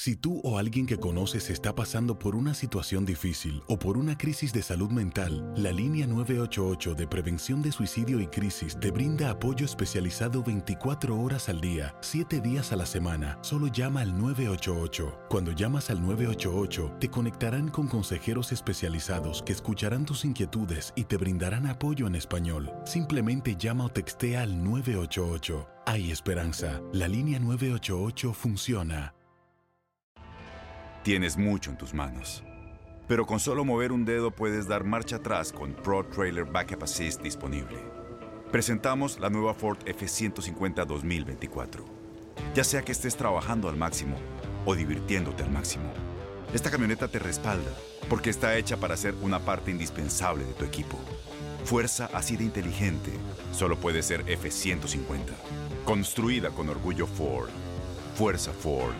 Si tú o alguien que conoces está pasando por una situación difícil o por una crisis de salud mental, la línea 988 de prevención de suicidio y crisis te brinda apoyo especializado 24 horas al día, 7 días a la semana. Solo llama al 988. Cuando llamas al 988, te conectarán con consejeros especializados que escucharán tus inquietudes y te brindarán apoyo en español. Simplemente llama o textea al 988. Hay esperanza. La línea 988 funciona. Tienes mucho en tus manos, pero con solo mover un dedo puedes dar marcha atrás con Pro Trailer Backup Assist disponible. Presentamos la nueva Ford F-150 2024. Ya sea que estés trabajando al máximo o divirtiéndote al máximo, esta camioneta te respalda porque está hecha para ser una parte indispensable de tu equipo. Fuerza así de inteligente solo puede ser F-150. Construida con orgullo Ford. Fuerza Ford.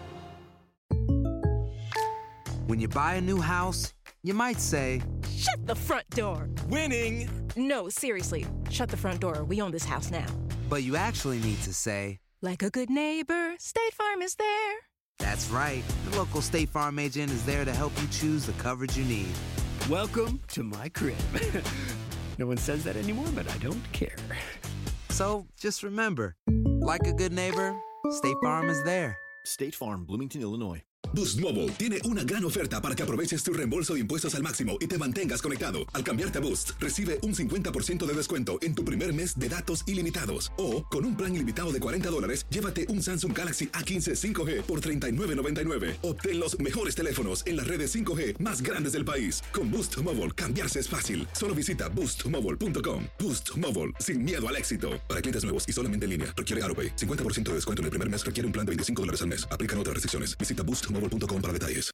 When you buy a new house, you might say, "Shut the front door." Winning! No, seriously. Shut the front door. We own this house now. but you actually need to say, like a good neighbor, State Farm is there. That's right. The local State Farm agent is there to help you choose the coverage you need. Welcome to my crib. No one says that anymore, but I don't care. So just remember, like a good neighbor, State Farm is there. State Farm, Bloomington, Illinois. Boost Mobile tiene una gran oferta para que aproveches tu reembolso de impuestos al máximo y te mantengas conectado. Al cambiarte a Boost, recibe un 50% de descuento en tu primer mes de datos ilimitados. O, con un plan ilimitado de $40, llévate un Samsung Galaxy A15 5G por $39.99. Obtén los mejores teléfonos en las redes 5G más grandes del país. Con Boost Mobile, cambiarse es fácil. Solo visita boostmobile.com. Boost Mobile, sin miedo al éxito. Para clientes nuevos y solamente en línea, requiere AutoPay. 50% de descuento en el primer mes requiere un plan de $25 al mes. Aplican otras restricciones. Visita boostmobile.com para detalles.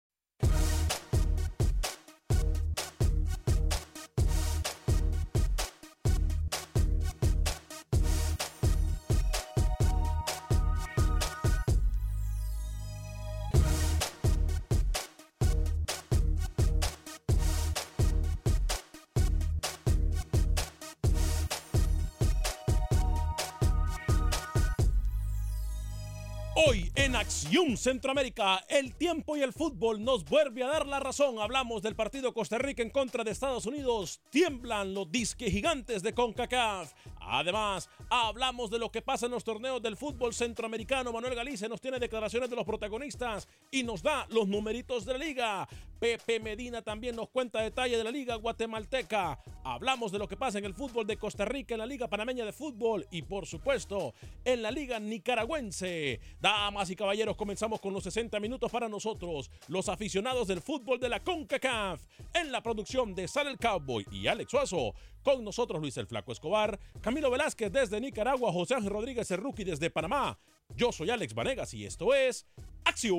Hoy en Acción Centroamérica, el tiempo y el fútbol nos vuelve a dar la razón. Hablamos del partido Costa Rica en contra de Estados Unidos. Tiemblan los disque gigantes de CONCACAF. Además, hablamos de lo que pasa en los torneos del fútbol centroamericano. Manuel Galicia nos tiene declaraciones de los protagonistas y nos da los numeritos de la liga. Pepe Medina también nos cuenta detalles de la liga guatemalteca. Hablamos de lo que pasa en el fútbol de Costa Rica, en la liga panameña de fútbol y, por supuesto, en la liga nicaragüense. Damas y caballeros, comenzamos con los 60 minutos para nosotros, los aficionados del fútbol de la CONCACAF. En la producción de Sal el Cowboy y Alex Suazo. Con nosotros Luis el Flaco Escobar, Camilo Velázquez desde Nicaragua, José Ángel Rodríguez el Rookie desde Panamá. Yo soy Alex Vanegas y esto es Acción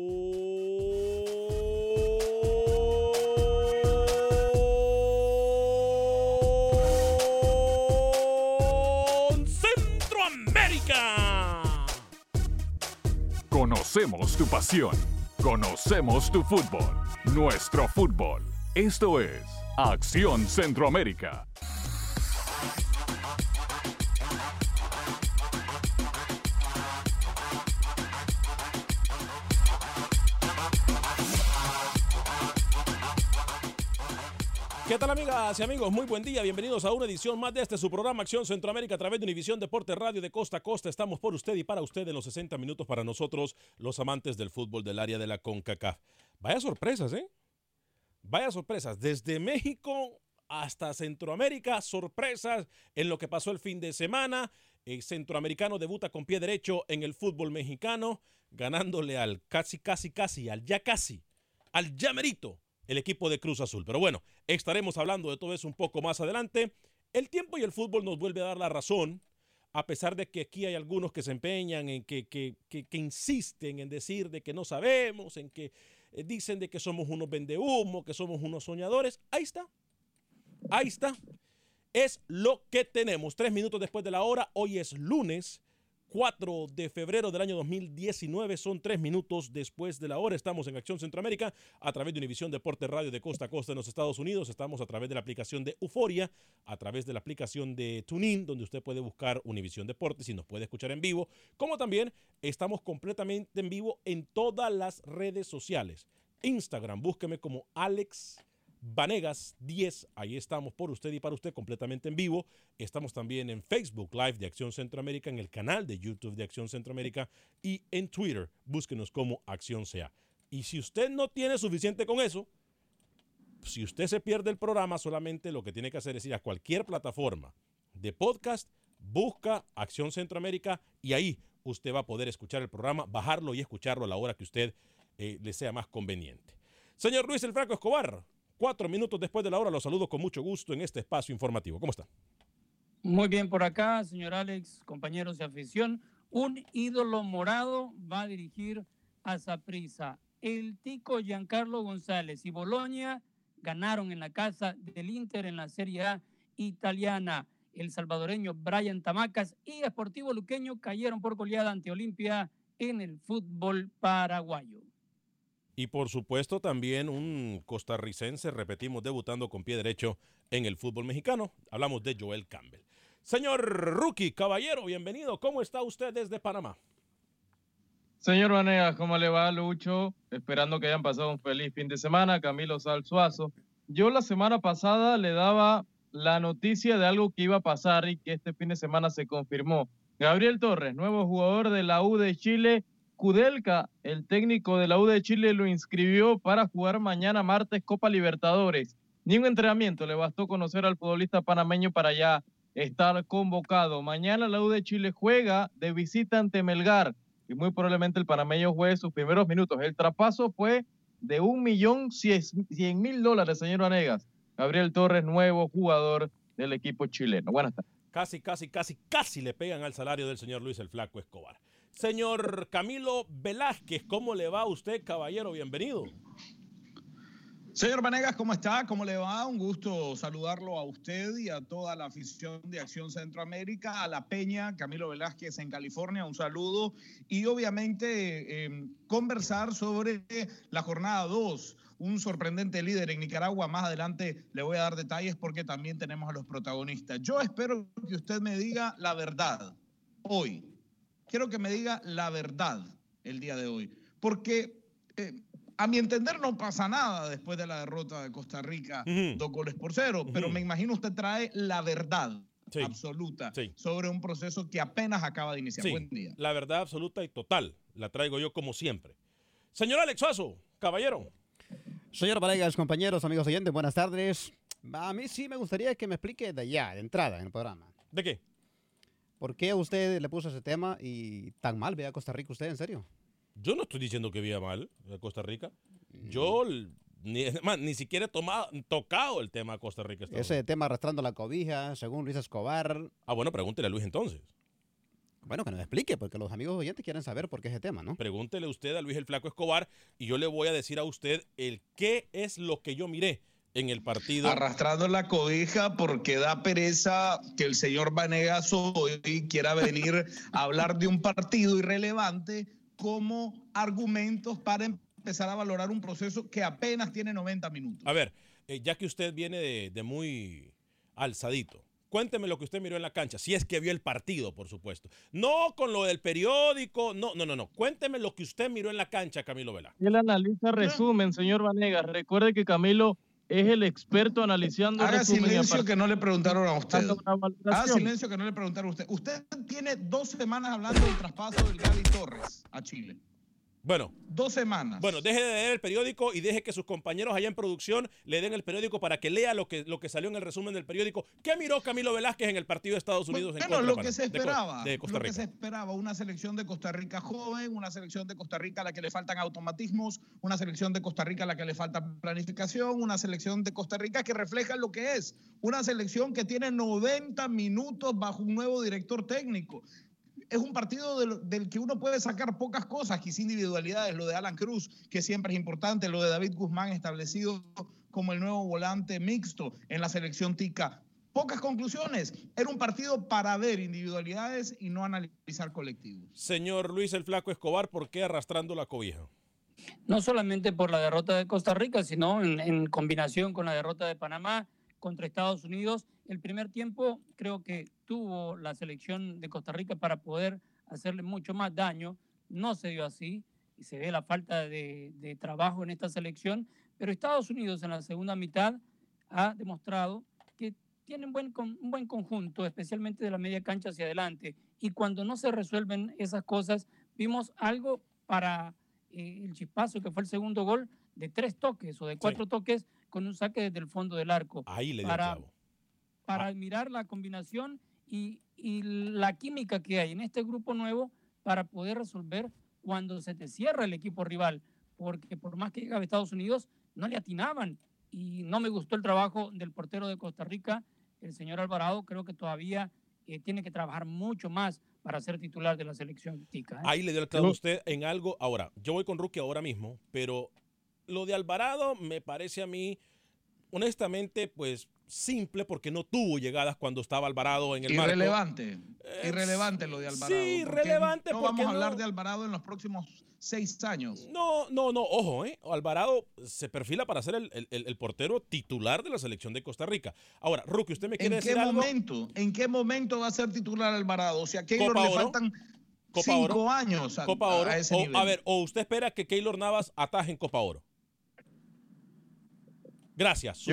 Centroamérica. Conocemos tu pasión, conocemos tu fútbol, nuestro fútbol. Esto es Acción Centroamérica. ¿Qué tal, amigas y amigos? Muy buen día, bienvenidos a una edición más de su programa Acción Centroamérica a través de Univisión Deporte Radio de Costa a Costa. Estamos por usted y para usted en los 60 minutos para nosotros, los amantes del fútbol del área de la CONCACAF. Vaya sorpresas, ¿eh? Vaya sorpresas, desde México hasta Centroamérica, sorpresas en lo que pasó el fin de semana. El centroamericano debuta con pie derecho en el fútbol mexicano, ganándole al al ya merito, el equipo de Cruz Azul. Pero bueno, estaremos hablando de todo eso un poco más adelante. El tiempo y el fútbol nos vuelve a dar la razón, a pesar de que aquí hay algunos que se empeñan en que insisten en decir de que no sabemos, en que dicen de que somos unos vendehumo, que somos unos soñadores. Ahí está. Es lo que tenemos. 3 minutos después de la hora. Hoy es lunes 4 de febrero del año 2019. Son 3 minutos después de la hora. Estamos en Acción Centroamérica a través de Univisión Deportes Radio de costa a costa en los Estados Unidos. Estamos a través de la aplicación de Euforia, a través de la aplicación de TuneIn, donde usted puede buscar Univisión Deportes y nos puede escuchar en vivo. Como también estamos completamente en vivo en todas las redes sociales. Instagram, búsqueme como Alex Vanegas 10, ahí estamos por usted y para usted completamente en vivo. Estamos también en Facebook Live de Acción Centroamérica, en el canal de YouTube de Acción Centroamérica y en Twitter, búsquenos como Acción CA. Y si usted no tiene suficiente con eso, si usted se pierde el programa, solamente lo que tiene que hacer es ir a cualquier plataforma de podcast, busca Acción Centroamérica y ahí usted va a poder escuchar el programa, bajarlo y escucharlo a la hora que usted le sea más conveniente. Señor Luis el Flaco Escobar, 4 minutos después de la hora, los saludo con mucho gusto en este espacio informativo. ¿Cómo está? Muy bien por acá, señor Alex, compañeros de afición. Un ídolo morado va a dirigir a Saprissa. El tico Giancarlo González y Boloña ganaron en la casa del Inter en la Serie A italiana. El salvadoreño Brian Tamacas y Sportivo Luqueño cayeron por goleada ante Olimpia en el fútbol paraguayo. Y por supuesto también un costarricense, repetimos, debutando con pie derecho en el fútbol mexicano. Hablamos de Joel Campbell. Señor Rookie, caballero, bienvenido. ¿Cómo está usted desde Panamá? Señor Vanegas, ¿cómo le va, Lucho? Esperando que hayan pasado un feliz fin de semana. Camilo Salzuazo. Yo la semana pasada le daba la noticia de algo que iba a pasar y que este fin de semana se confirmó. Gabriel Torres, nuevo jugador de la U de Chile. Kudelka, el técnico de la U de Chile, lo inscribió para jugar mañana martes Copa Libertadores. Ni un entrenamiento le bastó conocer al futbolista panameño para ya estar convocado. Mañana la U de Chile juega de visita ante Melgar y muy probablemente el panameño juegue sus primeros minutos. El traspaso fue de $1.100.000, señor Vanegas. Gabriel Torres, nuevo jugador del equipo chileno. Buenas tardes. Casi le pegan al salario del señor Luis el Flaco Escobar. Señor Camilo Velázquez, ¿cómo le va a usted, caballero? Bienvenido. Señor Vanegas, ¿cómo está? ¿Cómo le va? Un gusto saludarlo a usted y a toda la afición de Acción Centroamérica, a La Peña, Camilo Velázquez en California, un saludo. Y obviamente conversar sobre la jornada 2. Un sorprendente líder en Nicaragua. Más adelante le voy a dar detalles porque también tenemos a los protagonistas. Yo espero que usted me diga la verdad hoy. Quiero que me diga la verdad el día de hoy. Porque a mi entender no pasa nada después de la derrota de Costa Rica, 2-0. Pero me imagino usted trae la verdad absoluta sobre un proceso que apenas acaba de iniciar. Buen día. La verdad absoluta y total. La traigo yo como siempre. Señor Alex Suazo, caballero. Señor Vanegas, compañeros, amigos oyentes, buenas tardes. A mí sí me gustaría que me explique de entrada en el programa. ¿De qué? ¿Por qué usted le puso ese tema y tan mal ve a Costa Rica usted, en serio? Yo no estoy diciendo que veía mal a Costa Rica. Yo ni siquiera he tocado el tema de Costa Rica. Ese tema arrastrando la cobija, según Luis Escobar. Ah, bueno, pregúntele a Luis entonces. Bueno, que nos explique, porque los amigos oyentes quieren saber por qué ese tema, ¿no? Pregúntele usted a Luis el Flaco Escobar y yo le voy a decir a usted qué es lo que yo miré en el partido. Arrastrando la cobija porque da pereza que el señor Vanegas hoy quiera venir a hablar de un partido irrelevante como argumentos para empezar a valorar un proceso que apenas tiene 90 minutos. A ver, ya que usted viene de muy alzadito, cuénteme lo que usted miró en la cancha, si es que vio el partido, por supuesto. No con lo del periódico, no. Cuénteme lo que usted miró en la cancha, Camilo Vela. Él analiza resumen, señor Vanegas. Recuerde que Camilo es el experto analizando. Haga silencio que no le preguntaron a usted. Haga silencio que no le preguntaron a usted. Usted tiene 2 semanas hablando del traspaso del Gaby Torres a Chile. Bueno. 2 semanas. Bueno, deje de leer el periódico y deje que sus compañeros allá en producción le den el periódico para que lea lo que salió en el resumen del periódico. ¿Qué miró Camilo Velázquez en el partido de Estados Unidos en contra lo que se esperaba. de Costa Rica? Lo que se esperaba, una selección de Costa Rica joven, una selección de Costa Rica a la que le faltan automatismos, una selección de Costa Rica a la que le falta planificación, una selección de Costa Rica que refleja lo que es, una selección que tiene 90 minutos bajo un nuevo director técnico. Es un partido del que uno puede sacar pocas cosas, quizás individualidades, lo de Alan Cruz, que siempre es importante, lo de David Guzmán establecido como el nuevo volante mixto en la selección tica. Pocas conclusiones. Era un partido para ver individualidades y no analizar colectivos. Señor Luis el Flaco Escobar, ¿por qué arrastrando la cobija? No solamente por la derrota de Costa Rica, sino en combinación con la derrota de Panamá contra Estados Unidos. El primer tiempo creo que tuvo la selección de Costa Rica para poder hacerle mucho más daño. No se dio así y se ve la falta de trabajo en esta selección. Pero Estados Unidos en la segunda mitad ha demostrado que tiene un buen conjunto, especialmente de la media cancha hacia adelante. Y cuando no se resuelven esas cosas, vimos algo para el chispazo que fue el segundo gol de 3 toques o de 4 toques con un saque desde el fondo del arco. Ahí le dio clavo. Para mirar la combinación y la química que hay en este grupo nuevo para poder resolver cuando se te cierra el equipo rival, porque por más que llegaba Estados Unidos, no le atinaban. Y no me gustó el trabajo del portero de Costa Rica, el señor Alvarado. Creo que todavía tiene que trabajar mucho más para ser titular de la selección tica. Ahí le dio el clavo a usted en algo. Ahora, yo voy con Rookie ahora mismo, pero lo de Alvarado me parece a mí, honestamente, pues simple, porque no tuvo llegadas cuando estaba Alvarado en el marco. Irrelevante lo de Alvarado. Sí, irrelevante. No vamos a hablar de Alvarado en los próximos 6 años. No, ojo, Alvarado se perfila para ser el portero titular de la selección de Costa Rica. Ahora, Rookie, ¿usted me quiere decir algo? ¿En qué momento va a ser titular Alvarado? O sea, a Keylor le faltan 5 años Copa Oro. A ese nivel. A ver, ¿o usted espera que Keylor Navas ataje en Copa Oro? Gracias. Su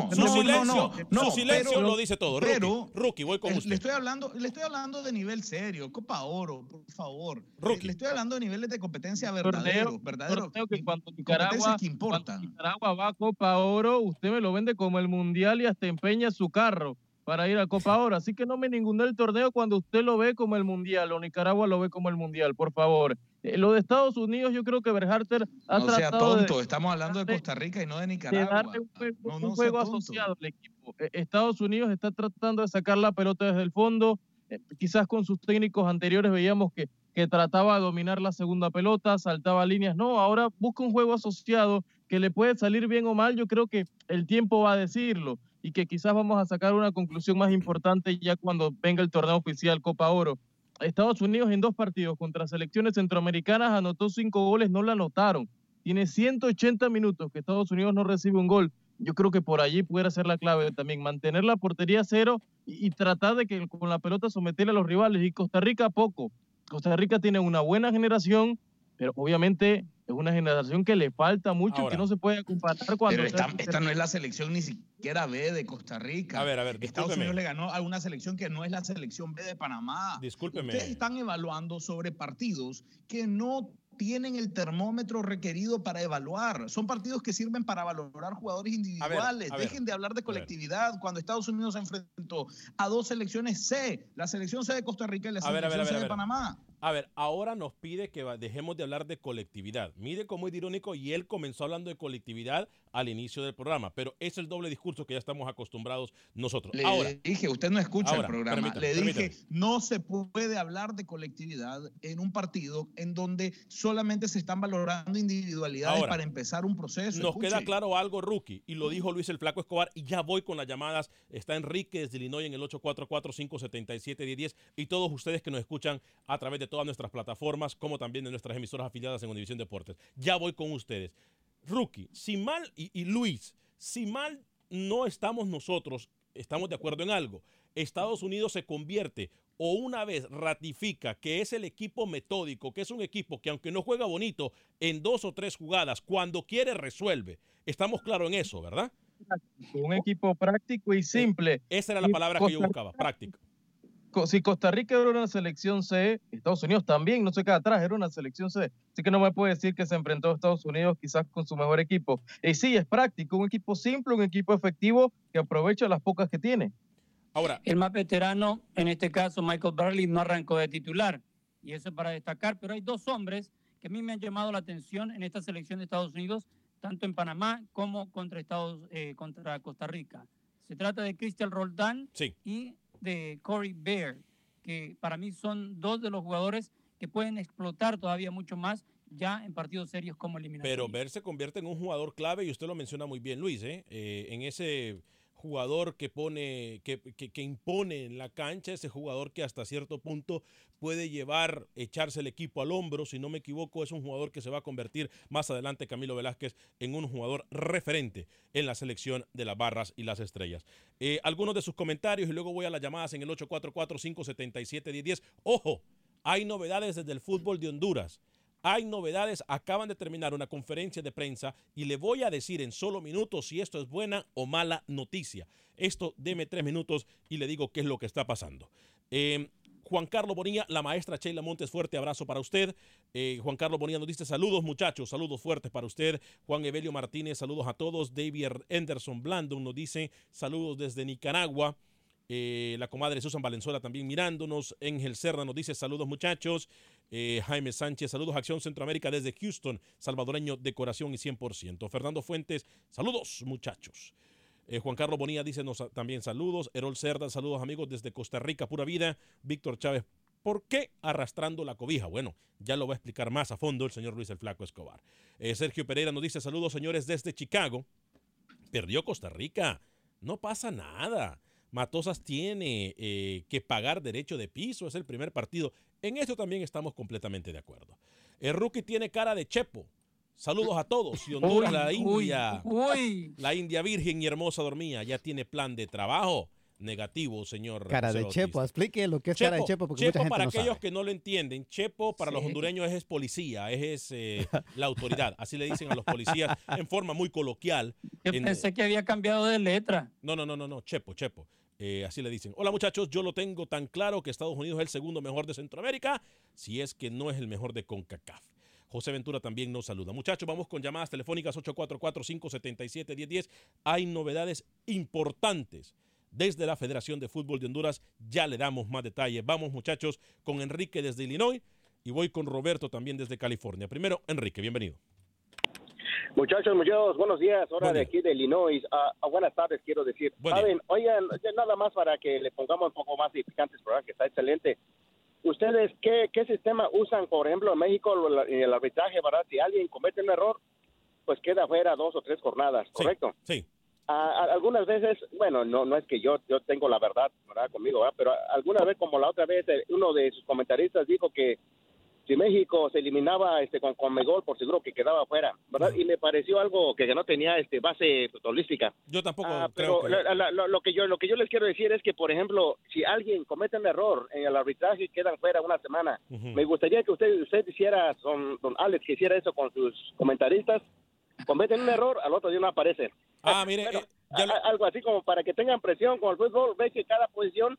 silencio lo dice todo. Rookie, voy con usted. Le estoy hablando de nivel serio. Copa Oro, por favor. Rookie. Le estoy hablando de niveles de competencia verdadero. Que cuando Nicaragua va a Copa Oro, usted me lo vende como el Mundial y hasta empeña su carro para ir a Copa Oro. Así que no me ningunde el torneo cuando usted lo ve como el Mundial o Nicaragua lo ve como el Mundial, por favor. Lo de Estados Unidos, yo creo que Berhalter ha tratado sea tonto, estamos hablando de Costa Rica y no de Nicaragua. De darle un juego asociado al equipo. Estados Unidos está tratando de sacar la pelota desde el fondo. Quizás con sus técnicos anteriores veíamos que trataba de dominar la segunda pelota, saltaba líneas. No, ahora busca un juego asociado que le puede salir bien o mal. Yo creo que el tiempo va a decirlo y que quizás vamos a sacar una conclusión más importante ya cuando venga el torneo oficial Copa Oro. Estados Unidos en 2 partidos contra selecciones centroamericanas anotó 5 goles, no la anotaron. Tiene 180 minutos que Estados Unidos no recibe un gol. Yo creo que por allí pudiera ser la clave también, mantener la portería cero y tratar de que con la pelota someter a los rivales. Y Costa Rica poco. Costa Rica tiene una buena generación, pero obviamente es una generación que le falta mucho. Ahora, que no se puede comparar cuando... Pero esta no es la selección ni siquiera B de Costa Rica. A ver, Estados Unidos le ganó a una selección que no es la selección B de Panamá. Discúlpeme. Ustedes están evaluando sobre partidos que no tienen el termómetro requerido para evaluar. Son partidos que sirven para valorar jugadores individuales. Dejen de hablar de colectividad. Cuando Estados Unidos se enfrentó a 2 selecciones C, la selección C de Costa Rica y la selección C de Panamá. A ver, ahora nos pide que dejemos de hablar de colectividad. Mire cómo es irónico, y él comenzó hablando de colectividad al inicio del programa, pero es el doble discurso que ya estamos acostumbrados nosotros. Le dije, usted no escucha el programa. Dije, no se puede hablar de colectividad en un partido en donde solamente se están valorando individualidades para empezar un proceso. Nos queda claro algo, Rookie, y lo dijo Luis el Flaco Escobar, y ya voy con las llamadas. Está Enrique desde Illinois en el 844-577-1010, y todos ustedes que nos escuchan a través de todas nuestras plataformas, como también de nuestras emisoras afiliadas en Univisión Deportes. Ya voy con ustedes. Rookie, si mal, y Luis, si mal no estamos nosotros, estamos de acuerdo en algo. Estados Unidos se convierte, o una vez ratifica que es el equipo metódico, que es un equipo que aunque no juega bonito, en 2 o 3 jugadas, cuando quiere resuelve. Estamos claros en eso, ¿verdad? Un equipo práctico y simple. Esa era la palabra que yo buscaba, práctico. Si Costa Rica era una selección C, Estados Unidos también no se queda atrás, era una selección C. Así que no me puede decir que se enfrentó a Estados Unidos quizás con su mejor equipo. Y sí, es práctico, un equipo simple, un equipo efectivo que aprovecha las pocas que tiene. Ahora, el más veterano, en este caso Michael Burley, no arrancó de titular. Y eso es para destacar, pero hay 2 hombres que a mí me han llamado la atención en esta selección de Estados Unidos, tanto en Panamá como contra Costa Rica. Se trata de Cristian Roldán y de Corey Baird, que para mí son 2 de los jugadores que pueden explotar todavía mucho más ya en partidos serios como eliminación. Pero Baird se convierte en un jugador clave, y usted lo menciona muy bien, Luis, en ese jugador que impone en la cancha, ese jugador que hasta cierto punto puede echarse el equipo al hombro. Si no me equivoco, es un jugador que se va a convertir más adelante, Camilo Velázquez, en un jugador referente en la selección de las Barras y las Estrellas. Algunos de sus comentarios y luego voy a las llamadas en el 844-577-1010. ¡Ojo! Hay novedades desde el fútbol de Honduras. Hay novedades, acaban de terminar una conferencia de prensa y le voy a decir en solo minutos si esto es buena o mala noticia. Esto, deme 3 minutos y le digo qué es lo que está pasando. Juan Carlos Bonilla, la maestra Sheila Montes, fuerte abrazo para usted. Juan Carlos Bonilla nos dice saludos muchachos, saludos fuertes para usted. Juan Evelio Martínez, saludos a todos. David Anderson Blandon nos dice saludos desde Nicaragua. La comadre Susan Valenzuela también mirándonos. Ángel Serra nos dice saludos muchachos. Jaime Sánchez, saludos Acción Centroamérica desde Houston, salvadoreño de corazón y 100%. Fernando Fuentes, saludos muchachos. Juan Carlos Bonilla dice también saludos. Erol Cerda, saludos amigos desde Costa Rica, pura vida. Víctor Chávez, ¿por qué arrastrando la cobija? Bueno, ya lo va a explicar más a fondo el señor Luis el Flaco Escobar. Sergio Pereira nos dice saludos señores desde Chicago. Perdió Costa Rica, no pasa nada. Matosas tiene que pagar derecho de piso, es el primer partido. En esto también estamos completamente de acuerdo. El rookie tiene cara de Chepo. Saludos a todos. Y Honduras, la India virgen y hermosa dormía, ya tiene plan de trabajo. Negativo, señor. Cara de Chepo, explique lo que es cara de Chepo, porque mucha gente para no aquellos sabe. que no lo entienden, Chepo para los hondureños es policía, es la autoridad, así le dicen a los policías en forma muy coloquial. Yo pensé que había cambiado de letra. No, Chepo. Así le dicen. Hola muchachos, yo lo tengo tan claro que Estados Unidos es el segundo mejor de Centroamérica, si es que no es el mejor de CONCACAF. José Ventura también nos saluda. Muchachos, vamos con llamadas telefónicas 844-577-1010. Hay novedades importantes desde la Federación de Fútbol de Honduras. Ya le damos más detalles. Vamos muchachos con Enrique desde Illinois y voy con Roberto también desde California. Primero, Enrique, bienvenido. Muchachos, buenos días, de aquí de Illinois. Buenas tardes, quiero decir. Saben, oigan, nada más para que le pongamos un poco más de picantes, ¿verdad? Que está excelente. ¿Ustedes qué sistema usan, por ejemplo, en México, en el arbitraje, verdad? Si alguien comete un error, pues queda fuera 2 o 3 jornadas, ¿correcto? Sí. Algunas veces, bueno, no es que yo tengo la verdad, ¿verdad? Conmigo, ¿verdad? Pero alguna vez, como la otra vez, uno de sus comentaristas dijo que si México se eliminaba con Conmebol, por seguro que quedaba fuera, ¿verdad? Y me pareció algo que no tenía base futbolística. Yo tampoco pero creo que... lo que yo les quiero decir es que, por ejemplo, si alguien comete un error en el arbitraje y quedan fuera una semana, me gustaría que usted hiciera, don Alex, que hiciera eso con sus comentaristas. Cometen un error, al otro día no aparecen. Mire, bueno, algo así como para que tengan presión con el fútbol, ve que cada posición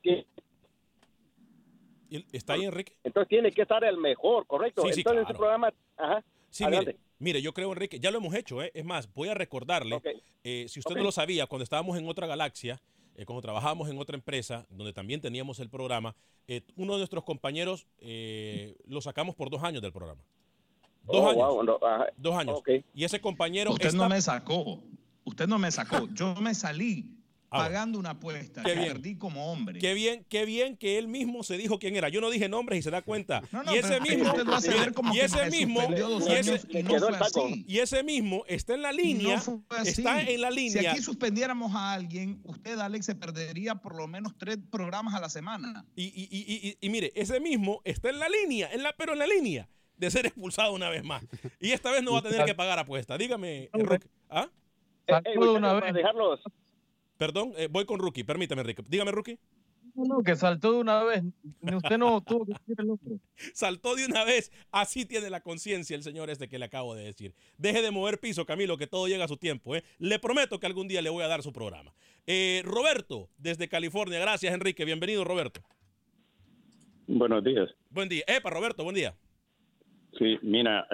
¿Está ahí, Enrique? Entonces tiene que estar el mejor, ¿correcto? Sí, Entonces claro. ese programa... Sí, mire, yo creo, Enrique, ya lo hemos hecho, ¿eh? Es más, voy a recordarle, si usted no lo sabía, cuando estábamos en otra galaxia, cuando trabajábamos en otra empresa, donde también teníamos el programa, uno de nuestros compañeros lo sacamos por 2 años del programa. 2 años. Wow, 2 años. Okay. Y ese compañero... Usted no me sacó. Yo me salí pagando una apuesta que perdí como hombre. Qué bien que él mismo se dijo quién era. Yo no dije nombres y se da cuenta. Y ese mismo está en la línea. Está en la línea. Si aquí suspendiéramos a alguien, usted, Alex, se perdería por lo menos 3 programas a la semana. Y mire, ese mismo está en la línea, pero en la línea de ser expulsado una vez más. Y esta vez no va a tener que pagar apuesta. Dígame, Rookie. Una vez. Dejarlos. Perdón, voy con Rookie. Permítame, Enrique. Dígame, Rookie. No, que saltó de una vez. Usted no tuvo que decir el nombre. Saltó de una vez. Así tiene la conciencia el señor que le acabo de decir. Deje de mover piso, Camilo, que todo llega a su tiempo. Le prometo que algún día le voy a dar su programa. Roberto, desde California. Gracias, Enrique. Bienvenido, Roberto. Buenos días. Buen día. Roberto, buen día. Sí, mira,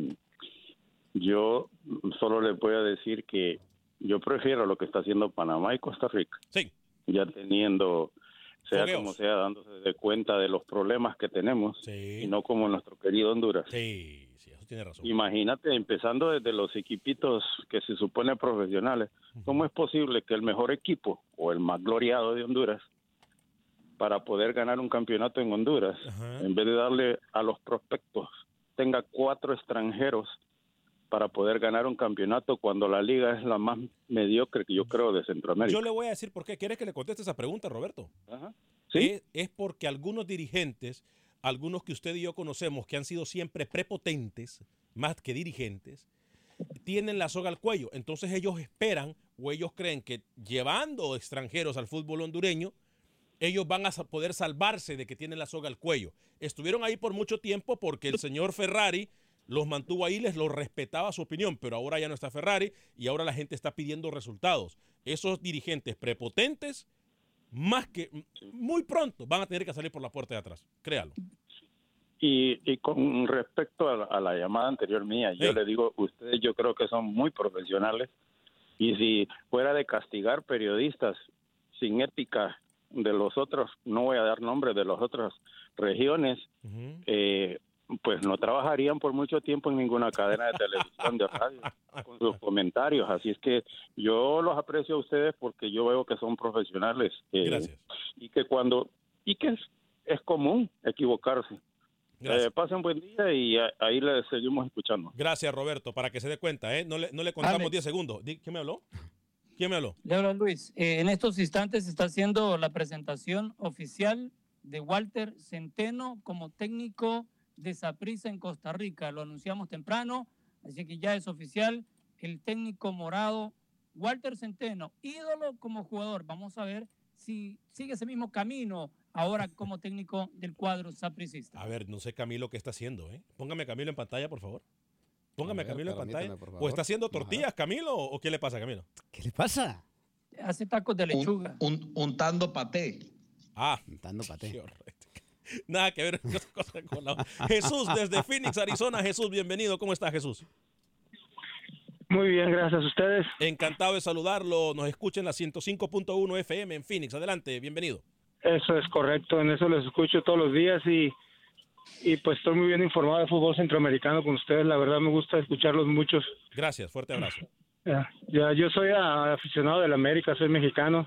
yo solo le voy a decir que yo prefiero lo que está haciendo Panamá y Costa Rica. Sí. Ya teniendo, sea Fogueos. como sea, dándose de cuenta de los problemas que tenemos y no como nuestro querido Honduras. Sí, eso tiene razón. Imagínate, empezando desde los equipitos que se supone profesionales, ¿cómo es posible que el mejor equipo o el más gloriado de Honduras para poder ganar un campeonato en Honduras, en vez de darle a los prospectos, tenga 4 extranjeros para poder ganar un campeonato cuando la liga es la más mediocre que yo creo de Centroamérica. Yo le voy a decir por qué. ¿Quieres que le conteste esa pregunta, Roberto? Ajá. ¿Sí? Es porque algunos dirigentes, algunos que usted y yo conocemos, que han sido siempre prepotentes, más que dirigentes, tienen la soga al cuello. Entonces ellos esperan o ellos creen que llevando extranjeros al fútbol hondureño, ellos van a poder salvarse de que tienen la soga al cuello. Estuvieron ahí por mucho tiempo porque el señor Ferrari los mantuvo ahí, les lo respetaba su opinión, pero ahora ya no está Ferrari y ahora la gente está pidiendo resultados. Esos dirigentes prepotentes, más que muy pronto, van a tener que salir por la puerta de atrás. Créalo. Y con respecto a la llamada anterior mía, yo le digo, ustedes yo creo que son muy profesionales y si fuera de castigar periodistas sin ética de los otros, no voy a dar nombres de las otras regiones, pues no trabajarían por mucho tiempo en ninguna cadena de televisión, de radio, con sus comentarios. Así es que yo los aprecio a ustedes porque yo veo que son profesionales. Gracias. Y que es común equivocarse. Pasen buen día y ahí les seguimos escuchando. Gracias, Roberto, para que se dé cuenta, no le contamos 10 segundos. ¿Quién me habló? ¿Quién me habló? Le habla Luis. En estos instantes se está haciendo la presentación oficial de Walter Centeno como técnico de Saprissa en Costa Rica. Lo anunciamos temprano, así que ya es oficial. El técnico morado, Walter Centeno, ídolo como jugador. Vamos a ver si sigue ese mismo camino ahora como técnico del cuadro sapricista. A ver, no sé Camilo qué está haciendo, Póngame a Camilo en pantalla, por favor. Póngame a Camilo en pantalla. ¿O está haciendo tortillas, Camilo? ¿O qué le pasa, Camilo? ¿Qué le pasa? Hace tacos de lechuga. Untando paté. Untando paté. Nada que ver con la... Jesús, desde Phoenix, Arizona. Jesús, bienvenido. ¿Cómo está, Jesús? Muy bien, gracias a ustedes. Encantado de saludarlo. Nos escucha en la 105.1 FM en Phoenix. Adelante, bienvenido. Eso es correcto. En eso les escucho todos los días y pues estoy muy bien informado de fútbol centroamericano con ustedes. La verdad me gusta escucharlos muchos. Gracias, fuerte abrazo. Ya, yo soy aficionado del América, soy mexicano,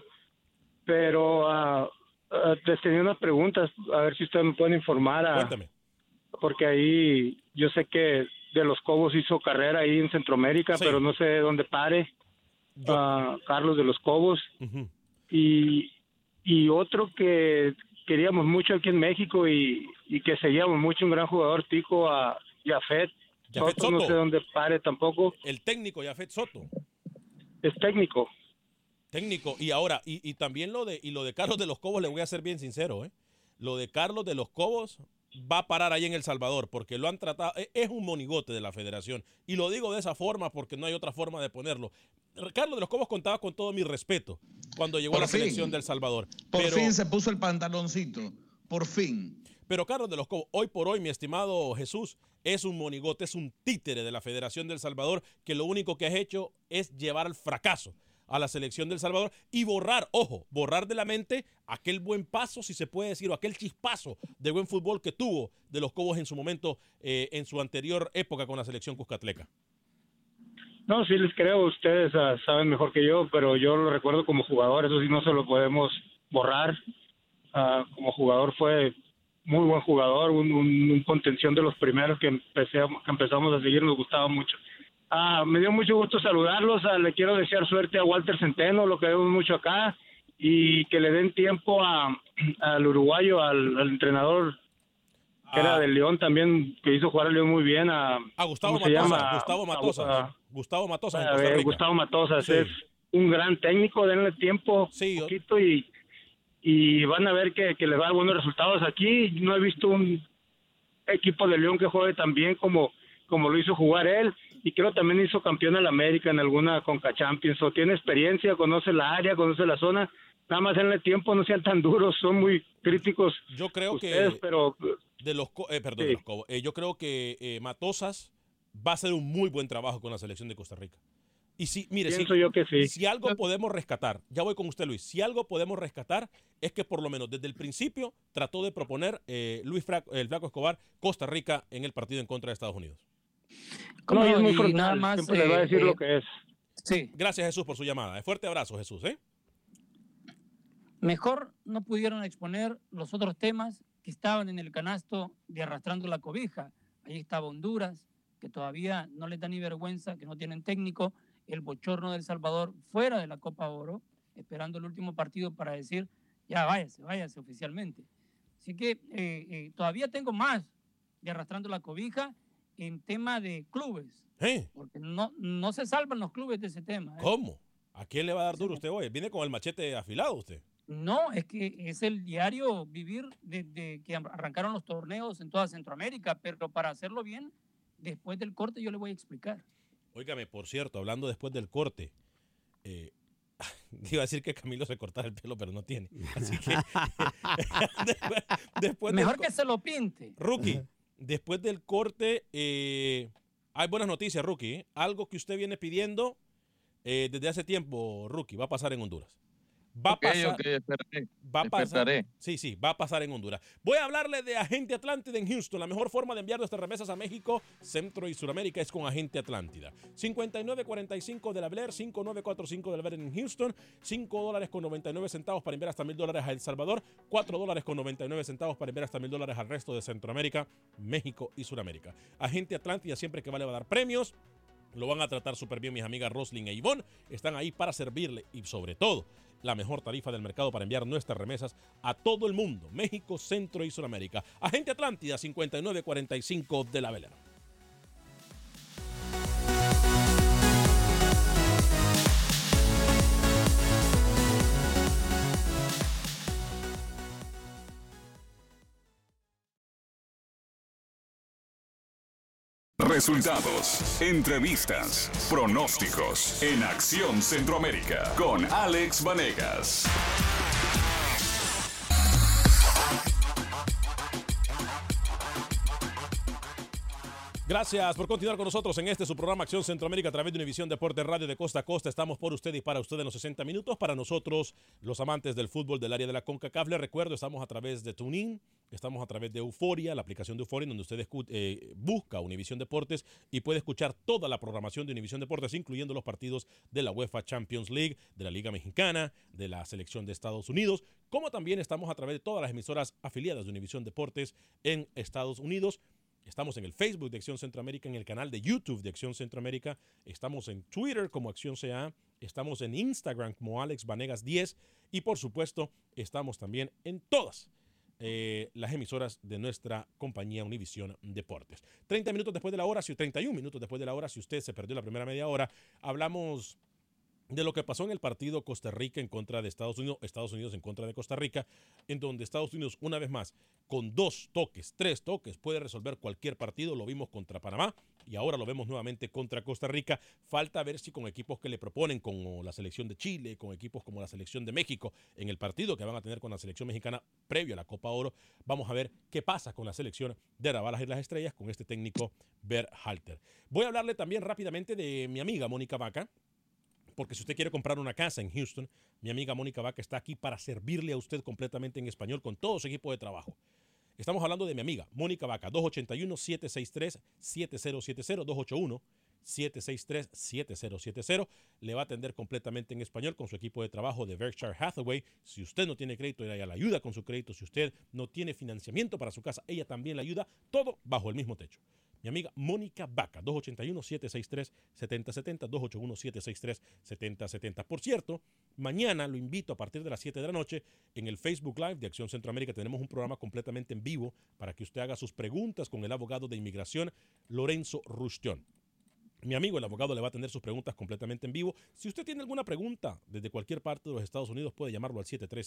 pero les tenía unas preguntas, a ver si ustedes me pueden informar. Cuéntame. Porque ahí yo sé que de los Cobos hizo carrera ahí en Centroamérica, sí, pero no sé dónde pare. Carlos de los Cobos. Uh-huh. Y otro que queríamos mucho aquí en México y que seguíamos mucho, un gran jugador tico, a Yafet Soto. No sé dónde pare tampoco. El técnico Yafet Soto. Es técnico. Técnico. Y ahora, y también lo de Carlos de los Cobos, le voy a ser bien sincero, Lo de Carlos de los Cobos va a parar ahí en El Salvador porque lo han tratado, es un monigote de la federación. Y lo digo de esa forma porque no hay otra forma de ponerlo. Carlos de los Cobos contaba con todo mi respeto cuando llegó a la selección de El Salvador. Por fin se puso el pantaloncito. Por fin. Pero Carlos de los Cobos, hoy por hoy, mi estimado Jesús, es un monigote, es un títere de la Federación de El Salvador que lo único que ha hecho es llevar al fracaso a la selección de El Salvador y borrar de la mente aquel buen paso, si se puede decir, o aquel chispazo de buen fútbol que tuvo de los Cobos en su momento, en su anterior época con la selección cuscatleca. No, sí les creo, ustedes saben mejor que yo, pero yo lo recuerdo como jugador, eso sí no se lo podemos borrar. Como jugador fue muy buen jugador, un contención de los primeros que empezamos a seguir, nos gustaba mucho. Me dio mucho gusto saludarlos, le quiero desear suerte a Walter Centeno, lo queremos mucho acá, y que le den tiempo al uruguayo, al entrenador que era del León también, que hizo jugar al León muy bien, Gustavo Matosas. Gustavo Matosas en Costa Rica. Gustavo Matosas, sí. Es un gran técnico, denle tiempo un poquito y van a ver que les va a dar buenos resultados. Aquí no he visto un equipo de León que juegue tan bien como lo hizo jugar él, y creo también hizo campeón al América en alguna Conca Champions, o tiene experiencia, conoce la área, conoce la zona, nada más denle tiempo, no sean tan duros, son muy críticos. Yo creo ustedes, pero yo creo que Matosas va a hacer un muy buen trabajo con la selección de Costa Rica. Y si algo podemos rescatar, ya voy con usted, Luis, si algo podemos rescatar es que por lo menos desde el principio trató de proponer el Flaco Escobar Costa Rica en el partido en contra de Estados Unidos. No, es muy frontal, nada más, siempre le va a decir lo que es. Sí. Gracias, Jesús, por su llamada. Fuerte abrazo, Jesús. Mejor no pudieron exponer los otros temas que estaban en el canasto de Arrastrando la Cobija. Ahí estaba Honduras, que todavía no les da ni vergüenza, que no tienen técnico, el bochorno del Salvador fuera de la Copa Oro, esperando el último partido para decir, ya váyase oficialmente. Así que todavía tengo más de arrastrando la cobija en tema de clubes. Porque no se salvan los clubes de ese tema. ¿Cómo? ¿A quién le va a dar duro usted hoy? ¿Viene con el machete afilado usted? No, es que es el diario vivir desde que arrancaron los torneos en toda Centroamérica, pero para hacerlo bien, después del corte yo le voy a explicar. Óigame, por cierto, hablando después del corte, iba a decir que Camilo se cortara el pelo, pero no tiene. Así que después mejor que se lo pinte. Rookie, después del corte, hay buenas noticias, Rookie. Algo que usted viene pidiendo desde hace tiempo, Rookie, va a pasar en Honduras. Va a pasar. Sí, va a pasar en Honduras. Voy a hablarle de Agente Atlántida en Houston. La mejor forma de enviar nuestras remesas a México, Centro y Suramérica es con Agente Atlántida. 5945 de la Blair, 5945 de la Blair en Houston, $5.99 para enviar hasta $1,000 a El Salvador, $4.99 para enviar hasta $1,000 al resto de Centroamérica, México y Suramérica. Agente Atlántida siempre que vale va a dar premios. Lo van a tratar súper bien mis amigas Roslyn e Ivonne. Están ahí para servirle y sobre todo la mejor tarifa del mercado para enviar nuestras remesas a todo el mundo, México, Centro y Suramérica. Agente Atlántida, 5945 de la Velera. Resultados, entrevistas, pronósticos en Acción Centroamérica con Alex Vanegas. Gracias por continuar con nosotros en su programa Acción Centroamérica a través de Univisión Deportes Radio de Costa a Costa. Estamos por usted y para usted en los 60 minutos. Para nosotros, los amantes del fútbol del área de la CONCACAF, les recuerdo, estamos a través de TuneIn, estamos a través de Euforia, la aplicación de Euforia, donde usted busca Univisión Deportes y puede escuchar toda la programación de Univisión Deportes, incluyendo los partidos de la UEFA Champions League, de la Liga Mexicana, de la Selección de Estados Unidos, como también estamos a través de todas las emisoras afiliadas de Univisión Deportes en Estados Unidos. Estamos en el Facebook de Acción Centroamérica, en el canal de YouTube de Acción Centroamérica. Estamos en Twitter como Acción CA. Estamos en Instagram como Alex Vanegas 10. Y por supuesto, estamos también en todas las emisoras de nuestra compañía Univisión Deportes. 31 minutos después de la hora, si usted se perdió la primera media hora, hablamos de lo que pasó en el partido Costa Rica en contra de Estados Unidos en contra de Costa Rica, en donde Estados Unidos, una vez más, con 2 toques, 3 toques, puede resolver cualquier partido. Lo vimos contra Panamá y ahora lo vemos nuevamente contra Costa Rica. Falta ver si con equipos que le proponen, como la selección de Chile, con equipos como la selección de México, en el partido que van a tener con la selección mexicana previo a la Copa Oro, vamos a ver qué pasa con la selección de Rabalas y las Estrellas con este técnico Berhalter. Voy a hablarle también rápidamente de mi amiga Mónica Vaca, porque si usted quiere comprar una casa en Houston, mi amiga Mónica Vaca está aquí para servirle a usted completamente en español con todo su equipo de trabajo. Estamos hablando de mi amiga Mónica Vaca, 281-763-7070, 281-763-7070. Le va a atender completamente en español con su equipo de trabajo de Berkshire Hathaway. Si usted no tiene crédito, ella le ayuda con su crédito. Si usted no tiene financiamiento para su casa, ella también le ayuda. Todo bajo el mismo techo. Mi amiga Mónica Vaca, 281-763-7070, 281-763-7070. Por cierto, mañana lo invito a partir de las 7 de la noche en el Facebook Live de Acción Centroamérica. Tenemos un programa completamente en vivo para que usted haga sus preguntas con el abogado de inmigración, Lorenzo Rustión. Mi amigo, el abogado, le va a tener sus preguntas completamente en vivo. Si usted tiene alguna pregunta desde cualquier parte de los Estados Unidos, puede llamarlo al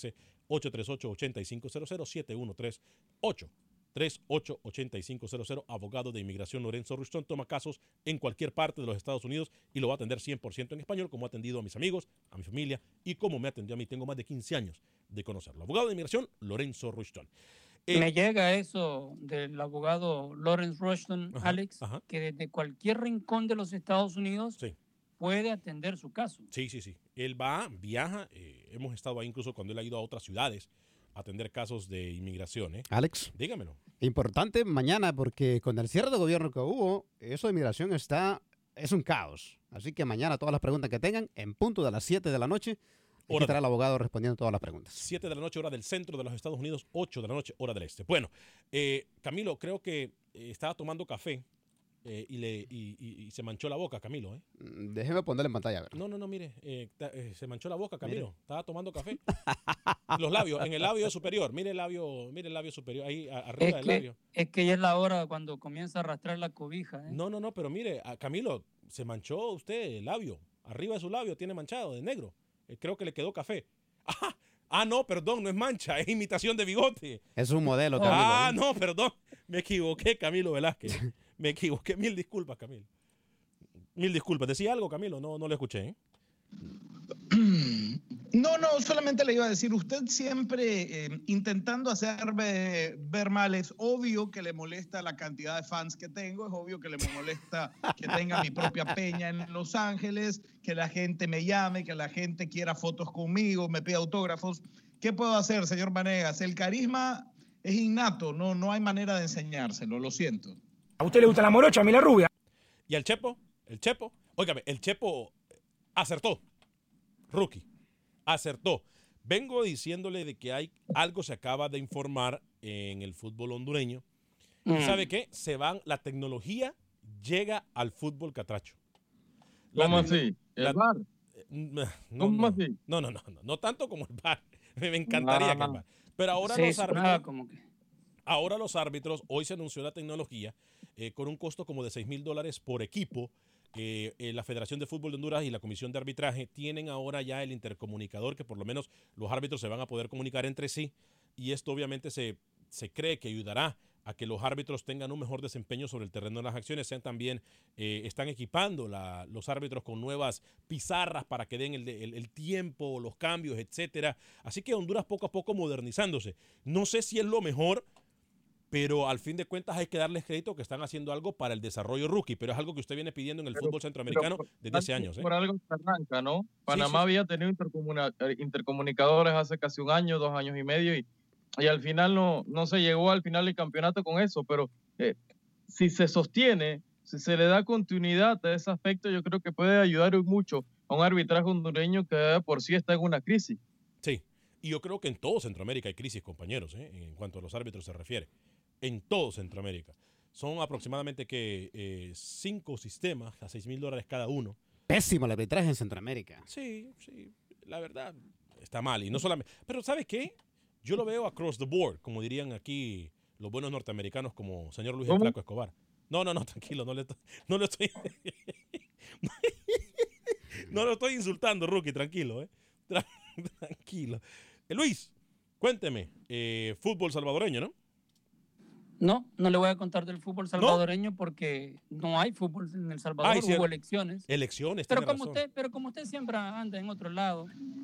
713-838-8500, 713-838-8500, abogado de inmigración Lorenzo Rustión. Toma casos en cualquier parte de los Estados Unidos y lo va a atender 100% en español, como ha atendido a mis amigos, a mi familia y como me atendió a mí. Tengo más de 15 años de conocerlo. Abogado de inmigración Lorenzo Rustión. Me llega eso del abogado Lawrence Rushton, Alex, que desde cualquier rincón de los Estados Unidos puede atender su caso. Sí. Él viaja. Hemos estado ahí incluso cuando él ha ido a otras ciudades a atender casos de inmigración. Alex. Dígamelo. Importante mañana porque con el cierre de gobierno que hubo, eso de inmigración es un caos. Así que mañana todas las preguntas que tengan, en punto de las 7 de la noche, aquí estará el abogado respondiendo todas las preguntas. 7 de la noche, hora del centro de los Estados Unidos, 8 de la noche, hora del este. Bueno, Camilo, creo que estaba tomando café y se manchó la boca, Camilo. Déjeme ponerle en pantalla. A ver. No, mire, se manchó la boca, Camilo. Mire. Estaba tomando café. Los labios, en el labio superior. Mire el labio superior, ahí arriba del labio. Es que ya es la hora cuando comienza a arrastrar la cobija. No, pero mire, Camilo, se manchó usted el labio. Arriba de su labio tiene manchado de negro. Creo que le quedó café. No, perdón, no es mancha, es imitación de bigote. Es un modelo, Camilo. No, perdón. Me equivoqué, Camilo Velázquez. Me equivoqué. Mil disculpas, Camilo. Mil disculpas. ¿Decía algo, Camilo? No lo escuché. No, solamente le iba a decir, usted siempre intentando hacerme ver mal, es obvio que le molesta la cantidad de fans que tengo, es obvio que le molesta que tenga mi propia peña en Los Ángeles, que la gente me llame, que la gente quiera fotos conmigo, me pida autógrafos. ¿Qué puedo hacer, señor Vanegas? El carisma es innato, no hay manera de enseñárselo, lo siento. ¿A usted le gusta la morocha, a mí la rubia? ¿Y al Chepo? Óigame, el Chepo acertó. Rookie, acertó. Vengo diciéndole de que algo se acaba de informar en el fútbol hondureño. ¿Y sabe qué? La tecnología llega al fútbol catracho. ¿Cómo así? ¿El VAR? ¿Cómo así? No tanto como el VAR. Me encantaría que el VAR. Pero ahora los árbitros, hoy se anunció la tecnología con un costo como de $6,000 por equipo. La Federación de Fútbol de Honduras y la Comisión de Arbitraje tienen ahora ya el intercomunicador que por lo menos los árbitros se van a poder comunicar entre sí, y esto obviamente se cree que ayudará a que los árbitros tengan un mejor desempeño sobre el terreno de las acciones. Están equipando los árbitros con nuevas pizarras para que den el tiempo, los cambios, etcétera. Así que Honduras poco a poco modernizándose. No sé si es lo mejor, pero al fin de cuentas hay que darles crédito que están haciendo algo para el desarrollo rookie, pero es algo que usted viene pidiendo en el fútbol centroamericano desde hace años. Por algo se arranca, ¿no? Panamá había tenido intercomunicadores hace casi 1 año, 2 años y medio, y al final no se llegó al final del campeonato con eso, pero si se sostiene, si se le da continuidad a ese aspecto, yo creo que puede ayudar mucho a un arbitraje hondureño que por sí está en una crisis. Sí, y yo creo que en todo Centroamérica hay crisis, compañeros, en cuanto a los árbitros se refiere. En todo Centroamérica. Son aproximadamente 5 sistemas a $6,000 cada uno. Pésimo el arbitraje en Centroamérica. Sí, la verdad está mal. Y no solamente. Pero ¿sabe qué? Yo lo veo across the board, como dirían aquí los buenos norteamericanos, como señor Luis el Flaco Escobar. No, tranquilo, no lo estoy. No lo estoy insultando, Rookie, tranquilo, tranquilo. Luis, cuénteme, fútbol salvadoreño, ¿no? No le voy a contar del fútbol salvadoreño porque no hay fútbol en El Salvador, hubo elecciones. Elecciones, pero como usted siempre anda en otro lado.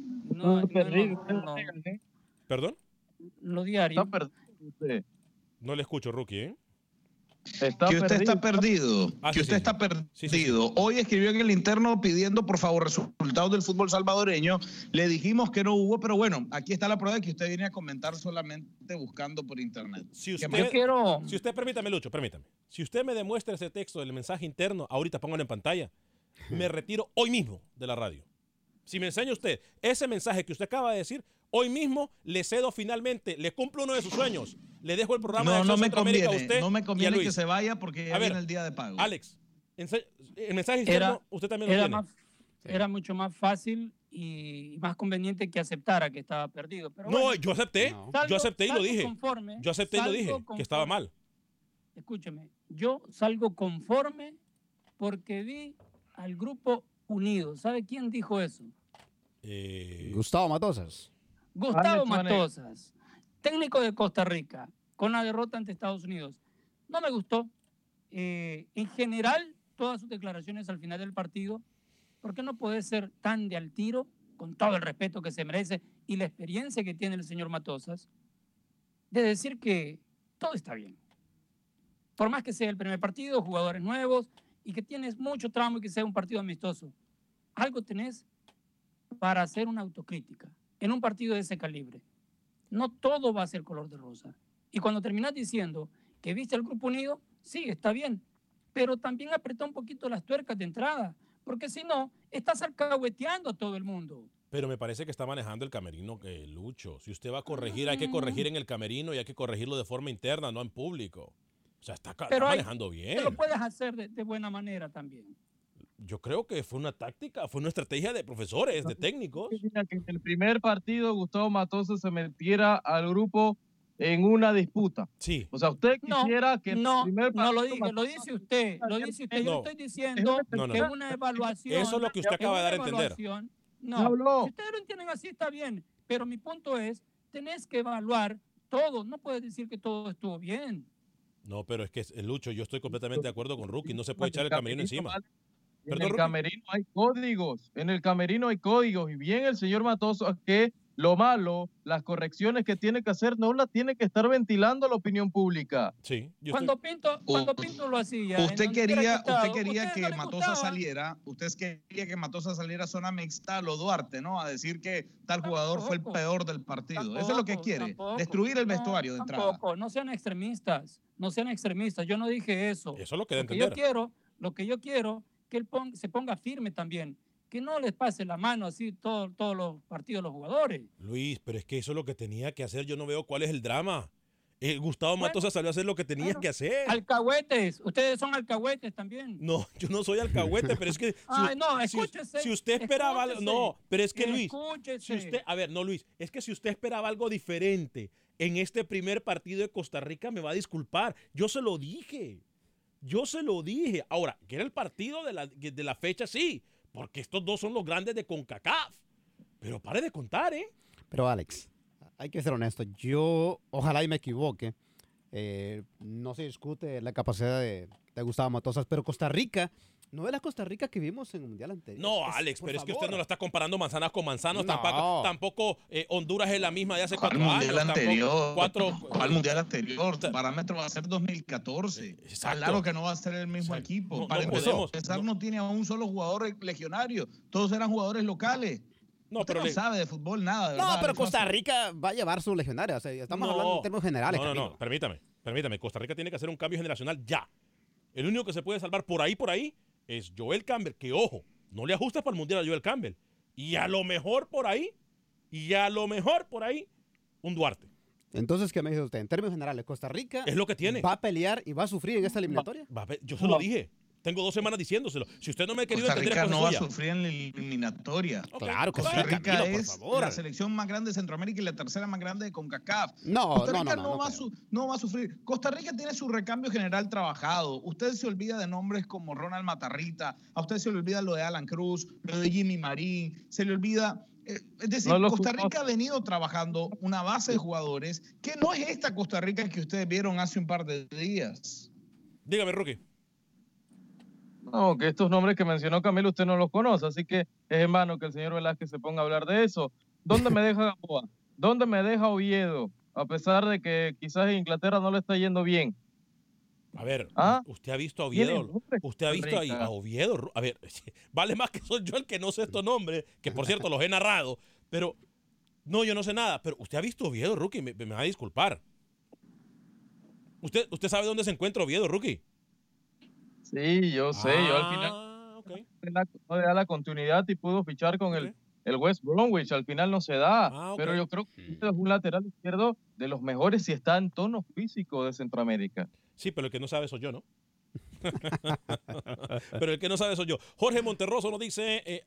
¿Perdón? Lo diario. Está perdido usted. No le escucho, Rookie, Usted está perdido. Está perdido. Sí. Hoy escribió en el interno pidiendo por favor resultados del fútbol salvadoreño. Le dijimos que no hubo, pero bueno, aquí está la prueba de que usted viene a comentar solamente buscando por internet. Si usted, permítame, Lucho, permítame. Si usted me demuestra ese texto del mensaje interno, ahorita póngalo en pantalla, me retiro hoy mismo de la radio. Si me enseña usted ese mensaje que usted acaba de decir, hoy mismo le cedo finalmente, le cumplo uno de sus sueños. Le dejo el programa de Acción Centroamérica a usted. No me conviene que se vaya porque ya viene el día de pago. Alex, el mensaje interno usted también lo tiene. Era mucho más fácil y más conveniente que aceptara que estaba perdido. Pero no, yo acepté. Yo acepté y lo dije. Yo acepté y lo dije, que estaba mal. Escúcheme, yo salgo conforme porque vi al grupo unido. ¿Sabe quién dijo eso? Gustavo Matosas. Gustavo Matosas, técnico de Costa Rica, con la derrota ante Estados Unidos. No me gustó. En general, todas sus declaraciones al final del partido, porque no puede ser tan de al tiro, con todo el respeto que se merece y la experiencia que tiene el señor Matosas, de decir que todo está bien. Por más que sea el primer partido, jugadores nuevos y que tienes mucho tramo y que sea un partido amistoso, algo tenés para hacer una autocrítica en un partido de ese calibre. No todo va a ser color de rosa. Y cuando terminás diciendo que viste al grupo unido, sí, está bien, pero también apretá un poquito las tuercas de entrada, porque si no, estás alcahueteando a todo el mundo. Pero me parece que está manejando el camerino, Lucho. Si usted va a corregir, hay que corregir en el camerino y hay que corregirlo de forma interna, no en público. O sea, está Pero manejando bien. Lo puedes hacer de buena manera también. Yo creo que fue una táctica, fue una estrategia de profesores, de técnicos. Que en el primer partido Gustavo Matosas se metiera al grupo en una disputa. Sí. O sea, usted quisiera que no lo dice usted, lo dice usted. Yo estoy diciendo que una evaluación. Eso es lo que usted acaba de dar a entender. No, si ustedes lo entienden así está bien, pero mi punto es, tenés que evaluar todo, no puedes decir que todo estuvo bien. No, pero es que, Lucho, yo estoy completamente de acuerdo con Rookie, no se puede echar el camerino encima. En el camerino hay códigos, y bien el señor Matosas que lo malo, las correcciones que tiene que hacer, no las tiene que estar ventilando a la opinión pública. Sí. Cuando Pinto lo hacía. Usted quería que Matosas saliera, usted quería que Matosas saliera a zona mixta a lo Duarte, ¿no? A decir que tal jugador fue el peor del partido. Eso es lo que quiere, destruir el vestuario de entrada. Tampoco, no sean extremistas, yo no dije eso. Eso es lo que Lo que yo quiero, que él se ponga firme también. Que no les pase la mano así todos los partidos los jugadores. Luis, pero es que eso es lo que tenía que hacer. Yo no veo cuál es el drama. Gustavo Matosas salió a hacer lo que tenía que hacer. Alcahuetes, ustedes son alcahuetes también. No, yo no soy alcahuete, pero es que... escúchese. Si usted esperaba algo... No, pero es que Luis... Escúchese. Luis, es que si usted esperaba algo diferente en este primer partido de Costa Rica, me va a disculpar. Yo se lo dije. Ahora, que era el partido de la fecha, sí. Porque estos dos son los grandes de CONCACAF. Pero pare de contar, ¿eh? Pero Alex, hay que ser honesto. Yo, ojalá y me equivoque. No se discute la capacidad de Gustavo Matosas, pero Costa Rica no es la Costa Rica que vimos en el Mundial anterior. No, Alex, pero es que usted no la está comparando manzanas con manzanos. No. Tampoco Honduras es la misma de hace 4 años. ¿Cuál Mundial anterior? El parámetro va a ser 2014. Claro que no va a ser el mismo equipo. Para empezar, no tiene a un solo jugador legionario. Todos eran jugadores locales. Usted no sabe de fútbol nada. De verdad, pero Costa Rica va a llevar su legionario. O sea, estamos hablando en términos generales. No, permítame. Costa Rica tiene que hacer un cambio generacional ya. El único que se puede salvar por ahí, es Joel Campbell, que ojo, no le ajustes para el Mundial a Joel Campbell. Y a lo mejor por ahí, un Duarte. Entonces, ¿qué me dice usted? En términos generales, Costa Rica es lo que tiene. ¿Va a pelear y va a sufrir en esta eliminatoria? Yo se lo dije. Tengo 2 semanas diciéndoselo. Si usted no me ha querido Costa entender, Rica no va a sufrir en la eliminatoria. Claro, Costa Rica es la selección más grande de Centroamérica y la tercera más grande de CONCACAF. Costa Rica no va a sufrir. Costa Rica tiene su recambio general trabajado. Usted se olvida de nombres como Ronald Matarrita, a usted se le olvida lo de Alan Cruz, lo de Jimmy Marín, se le olvida... Es decir, Costa Rica ha venido trabajando una base de jugadores que no es esta Costa Rica que ustedes vieron hace un par de días. Dígame, Rookie. No, que estos nombres que mencionó Camilo usted no los conoce, así que es en vano que el señor Velázquez se ponga a hablar de eso. ¿Dónde me deja Gamboa? ¿Dónde me deja Oviedo? A pesar de que quizás en Inglaterra no le está yendo bien. A ver, ¿usted ha visto a Oviedo? ¿Usted ha visto a Oviedo? A ver, vale más que soy yo el que no sé estos nombres, que por cierto los he narrado, pero no, yo no sé nada. Pero ¿usted ha visto a Oviedo, Rookie? Me va a disculpar. ¿Usted sabe dónde se encuentra Oviedo, Rookie? Sí, yo sé. Yo al final no le da la continuidad y pudo fichar con el West Bromwich. Al final no se da. Pero yo creo que es un lateral izquierdo de los mejores si está en tono físico de Centroamérica. Sí, pero el que no sabe soy yo, ¿no? Pero el que no sabe soy yo. Jorge Monterroso nos dice,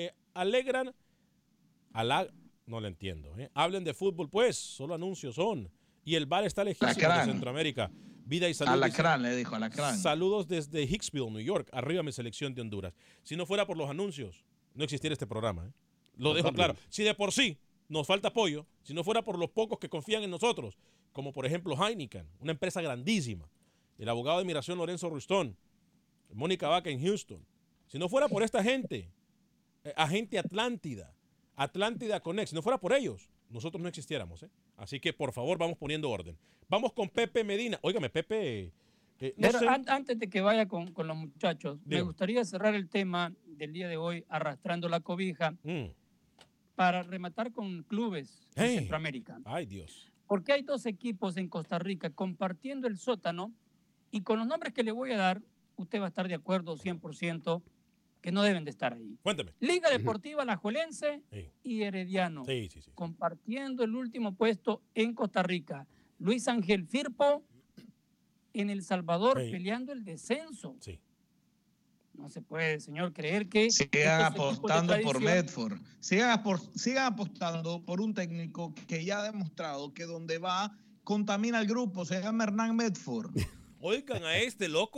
no le entiendo. Hablen de fútbol, pues, solo anuncios son. Y el bar está lejísimo de Centroamérica. Vida y salud. Alacrán, le dijo, Alacrán. Saludos desde Hicksville, New York. Arriba mi selección de Honduras. Si no fuera por los anuncios, no existiera este programa. Lo dejo claro. Si de por sí nos falta apoyo, si no fuera por los pocos que confían en nosotros, como por ejemplo Heineken, una empresa grandísima, el abogado de inmigración Lorenzo Rustón, Mónica Vaca en Houston, si no fuera por esta gente, agente Atlántida Connect, si no fuera por ellos, nosotros no existiéramos. Así que por favor vamos poniendo orden. Vamos con Pepe Medina. Óigame, Pepe. Antes de que vaya con los muchachos, me gustaría cerrar el tema del día de hoy arrastrando la cobija para rematar con clubes de Centroamérica. Ay, Dios. Porque hay 2 equipos en Costa Rica compartiendo el sótano y con los nombres que le voy a dar, usted va a estar de acuerdo 100% que no deben de estar ahí. Cuéntame. Liga Deportiva Alajuelense y Herediano. Sí. Compartiendo el último puesto en Costa Rica. Luis Ángel Firpo en El Salvador Sí. peleando el descenso. Sí. No se puede, señor, creer que... Sigan estos equipos de apostando por tradición- Medford. Sigan apostando por un técnico que ya ha demostrado que donde va contamina el grupo. Se llama Hernán Medford. Oigan a este loco.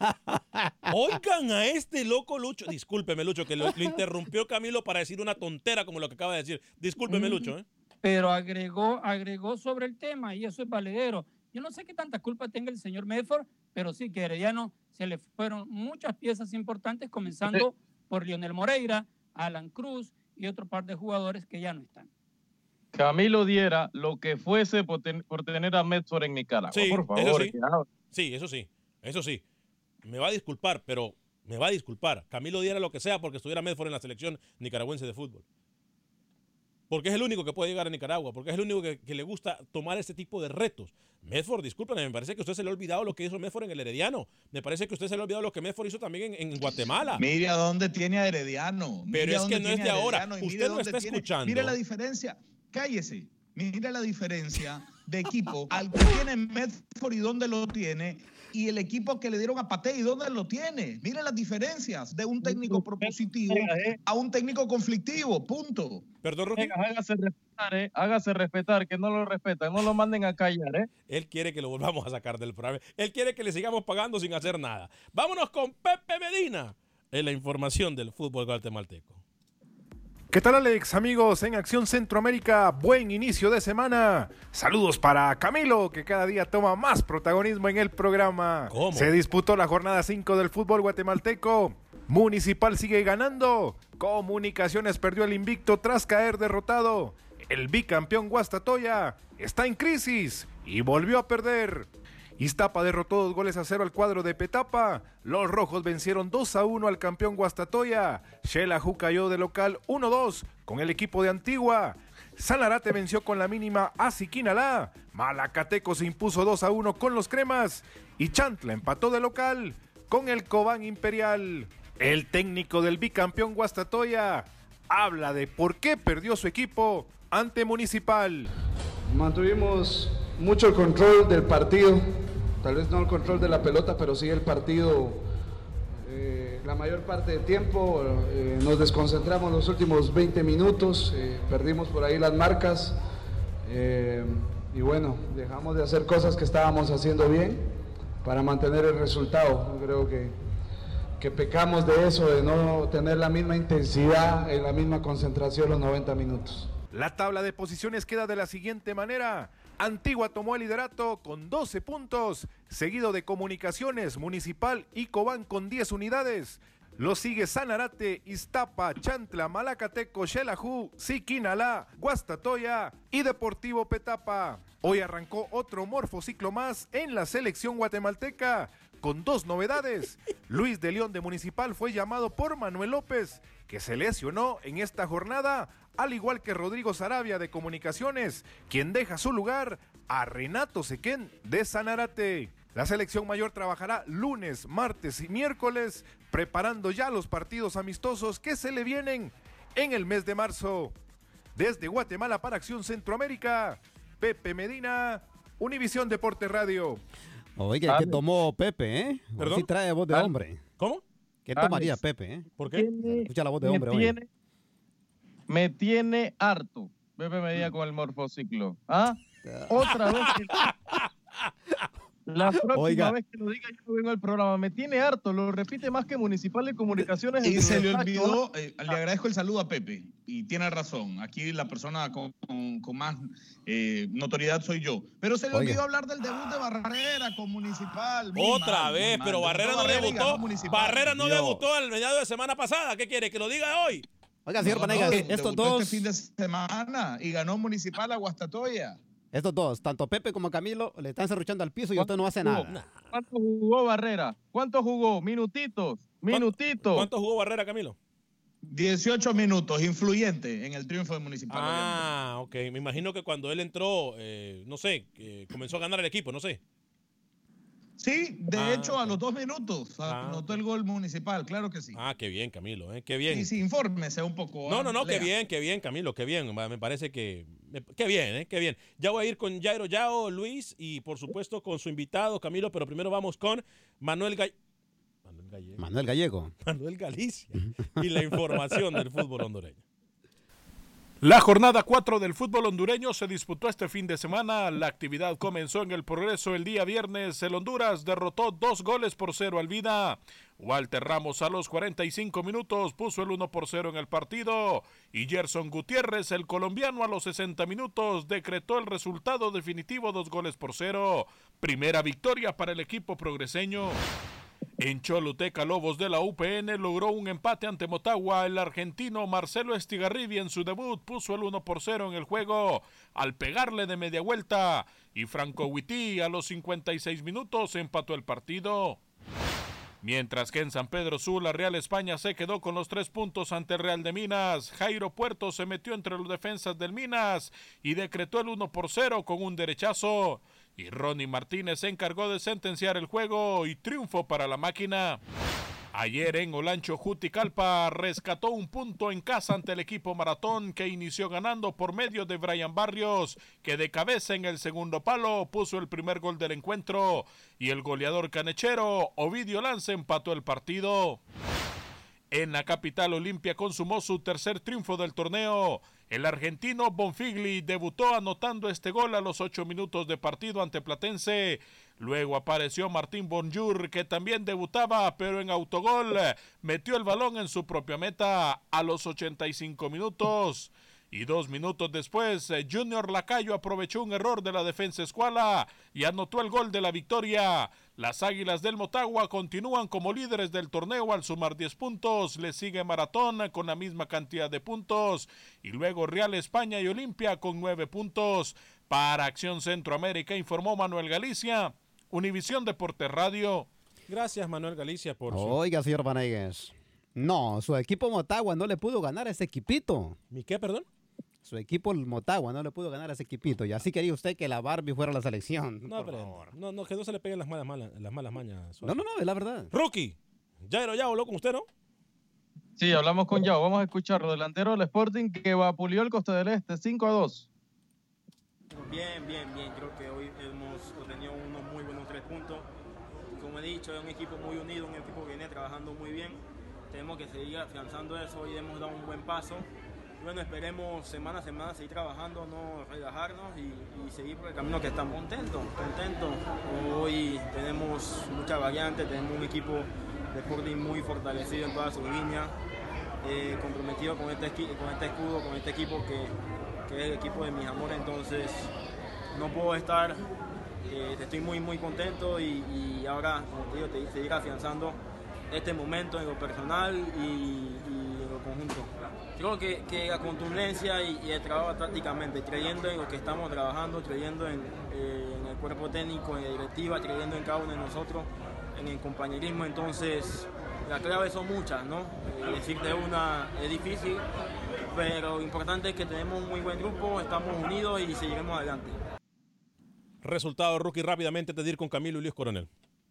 Oigan a este loco, Lucho. Discúlpeme, Lucho, que lo interrumpió Camilo para decir una tontera como lo que acaba de decir. Discúlpeme, Lucho. Pero agregó sobre el tema y eso es valedero. Yo no sé qué tanta culpa tenga el señor Medford, pero sí que a Herediano se le fueron muchas piezas importantes, comenzando por Lionel Moreira, Alan Cruz y otro par de jugadores que ya no están. Camilo diera lo que fuese por tener a Medford en Nicaragua. Sí, por favor. eso sí. Sí, eso sí. Eso sí. Me va a disculpar, pero me va a disculpar. Camilo diera lo que sea porque estuviera Medford en la selección nicaragüense de fútbol. Porque es el único que puede llegar a Nicaragua, porque es el único que le gusta tomar este tipo de retos. Medford, discúlpenme, me parece que usted se le ha olvidado lo que hizo Medford en el Herediano. Me parece que usted se le ha olvidado lo que Medford hizo también en Guatemala. Mire a dónde tiene a Herediano. Pero Mire es que no es de ahora. Herediano y Usted mire no dónde está tiene. escuchando. Mire la diferencia. Cállese. Mire la diferencia de equipo al que tiene Medford y dónde lo tiene, y el equipo que le dieron a Paté y dónde lo tiene. Mire las diferencias de un técnico propositivo a un técnico conflictivo. Punto. Perdón, Rocky. Hágase respetar, que no lo respetan, no lo manden a callar, Él quiere que lo volvamos a sacar del programa. Él quiere que le sigamos pagando sin hacer nada. Vámonos con Pepe Medina en la información del fútbol guatemalteco. ¿Qué tal, Alex? Amigos en Acción Centroamérica, buen inicio de semana. Saludos para Camilo, que cada día toma más protagonismo en el programa. ¿Cómo? Se disputó la jornada 5 del fútbol guatemalteco. Municipal sigue ganando. Comunicaciones perdió el invicto tras caer derrotado. El bicampeón Guastatoya está en crisis y volvió a perder. Iztapa derrotó 2-0 al cuadro de Petapa. Los rojos vencieron 2-1 al campeón Guastatoya. Xelajú cayó de local 1-2 con el equipo de Antigua. Sanarate venció con la mínima a Siquinalá. Malacateco se impuso 2-1 con los Cremas. Y Chantla empató de local con el Cobán Imperial. El técnico del bicampeón Guastatoya habla de por qué perdió su equipo ante Municipal. Mantuvimos mucho el control del partido, tal vez no el control de la pelota, pero sí el partido la mayor parte del tiempo. Nos desconcentramos los últimos 20 minutos, perdimos por ahí las marcas y bueno, dejamos de hacer cosas que estábamos haciendo bien para mantener el resultado. Yo creo que pecamos de eso, de no tener la misma intensidad, la misma concentración los 90 minutos. La tabla de posiciones queda de la siguiente manera. Antigua tomó el liderato con 12 puntos, seguido de Comunicaciones, Municipal y Cobán con 10 unidades. Lo sigue Sanarate, Iztapa, Chantla, Malacateco, Xelajú, Siquinalá, Guastatoya y Deportivo Petapa. Hoy arrancó otro morfociclo más en la selección guatemalteca, con 2 novedades. Luis de León de Municipal fue llamado por Manuel López, que se lesionó en esta jornada, al igual que Rodrigo Sarabia de Comunicaciones, quien deja su lugar a Renato Sequén de Sanarate. La selección mayor trabajará lunes, martes y miércoles, preparando ya los partidos amistosos que se le vienen en el mes de marzo. Desde Guatemala para Acción Centroamérica, Pepe Medina, Univisión Deporte Radio. Oiga, ¿qué tomó Pepe, eh? ¿Perdón? Sí trae voz de hombre. ¿Cómo? ¿Qué tomaría Pepe, eh? ¿Por qué? Escucha la voz de hombre hoy. Me tiene harto Pepe Medina con el morfociclo. ¿Ah? Otra vez que... La próxima vez que lo diga yo vengo al programa. Me tiene harto, lo repite más que Municipal de Comunicaciones. Y se le olvidó, le agradezco el saludo a Pepe, y tiene razón, aquí la persona con más notoriedad soy yo, pero se le olvidó hablar del debut de Barrera con Municipal. Otra vez, pero Barrera no debutó. Barrera no debutó el mediado de semana pasada. ¿Qué quiere? ¿Que lo diga hoy? Oiga, señor Vanegas, estos dos... Este fin de semana y ganó Municipal a Guastatoya. Estos dos, tanto Pepe como Camilo, le están cerruchando al piso y usted no hace nada. ¿Cuánto jugó Barrera? ¿Cuánto jugó? Minutitos. ¿Cuánto jugó Barrera, Camilo? 18 minutos, influyente en el triunfo de Municipal. Ah, ok. Me imagino que cuando él entró, no sé, comenzó a ganar el equipo, no sé. Sí, de hecho, a los 2 minutos anotó el gol Municipal, claro que sí. Qué bien, Camilo, qué bien. Sí, infórmese un poco. No, qué bien, Camilo, qué bien. Me parece que, qué bien. Ya voy a ir con Jairo Yao, Luis, y por supuesto con su invitado, Camilo, pero primero vamos con Manuel Gallego. Manuel Galicia. Y la información del fútbol hondureño. La jornada 4 del fútbol hondureño se disputó este fin de semana. La actividad comenzó en el Progreso el día viernes. El Honduras derrotó 2-0 al Vida. Walter Ramos a los 45 minutos puso el 1-0 en el partido. Y Gerson Gutiérrez, el colombiano, a los 60 minutos decretó el resultado definitivo 2-0. Primera victoria para el equipo progreseño. En Choluteca, Lobos de la UPN logró un empate ante Motagua. El argentino Marcelo Estigarribia en su debut puso el 1-0 en el juego al pegarle de media vuelta. Y Franco Huití a los 56 minutos empató el partido. Mientras que en San Pedro Sula, Real España se quedó con los 3 puntos ante el Real de Minas. Jairo Puerto se metió entre los defensas del Minas y decretó el 1-0 con un derechazo. Y Ronnie Martínez se encargó de sentenciar el juego y triunfo para la máquina. Ayer en Olancho, Juticalpa rescató un punto en casa ante el equipo Maratón, que inició ganando por medio de Brian Barrios, que de cabeza en el segundo palo puso el primer gol del encuentro, y el goleador canechero Ovidio Lance empató el partido. En la capital, Olimpia consumó su tercer triunfo del torneo. El argentino Bonfigli debutó anotando este gol a los 8 minutos de partido ante Platense. Luego apareció Martín Bonjour, que también debutaba, pero en autogol metió el balón en su propia meta a los 85 minutos. Y 2 minutos después, Junior Lacayo aprovechó un error de la defensa escuala y anotó el gol de la victoria. Las Águilas del Motagua continúan como líderes del torneo al sumar 10 puntos. Le sigue Maratón con la misma cantidad de puntos. Y luego Real España y Olimpia con 9 puntos. Para Acción Centroamérica informó Manuel Galicia, Univisión Deportes Radio. Gracias, Manuel Galicia, por Oiga, señor Vanegas. No, su equipo Motagua no le pudo ganar a ese equipito. ¿Mi qué, perdón? Su equipo, el Motagua, no le pudo ganar a ese equipito. Y así quería usted que la Barbie fuera a la selección. No, pero no, que no se le peguen las malas mañas. No, es la verdad. Rookie, Jairo ya habló con usted, ¿no? Sí, hablamos con Yao. Vamos a escucharlo. Delantero del Sporting que vapuleó el Costa del Este 5-2. Bien. Creo que hoy hemos obtenido unos muy buenos 3 puntos. Como he dicho, es un equipo muy unido, un equipo que viene trabajando muy bien. Tenemos que seguir afianzando eso. Hoy hemos dado un buen paso. Bueno, esperemos semana a semana seguir trabajando, no relajarnos y seguir por el camino que estamos contentos. Hoy tenemos mucha variante, tenemos un equipo de Sporting muy fortalecido en todas sus líneas, comprometido con este escudo, con este equipo que es el equipo de mis amores. Entonces no puedo estar, estoy muy contento y ahora, como te digo, seguir afianzando este momento en lo personal y en lo conjunto. Creo que la contundencia y el trabajo tácticamente, creyendo en lo que estamos trabajando, creyendo en el cuerpo técnico, en la directiva, creyendo en cada uno de nosotros, en el compañerismo. Entonces, las claves son muchas, ¿no? Decirte una es difícil, pero lo importante es que tenemos un muy buen grupo, estamos unidos y seguiremos adelante. Resultado, Rookie, rápidamente te dir con Camilo y Luis Coronel.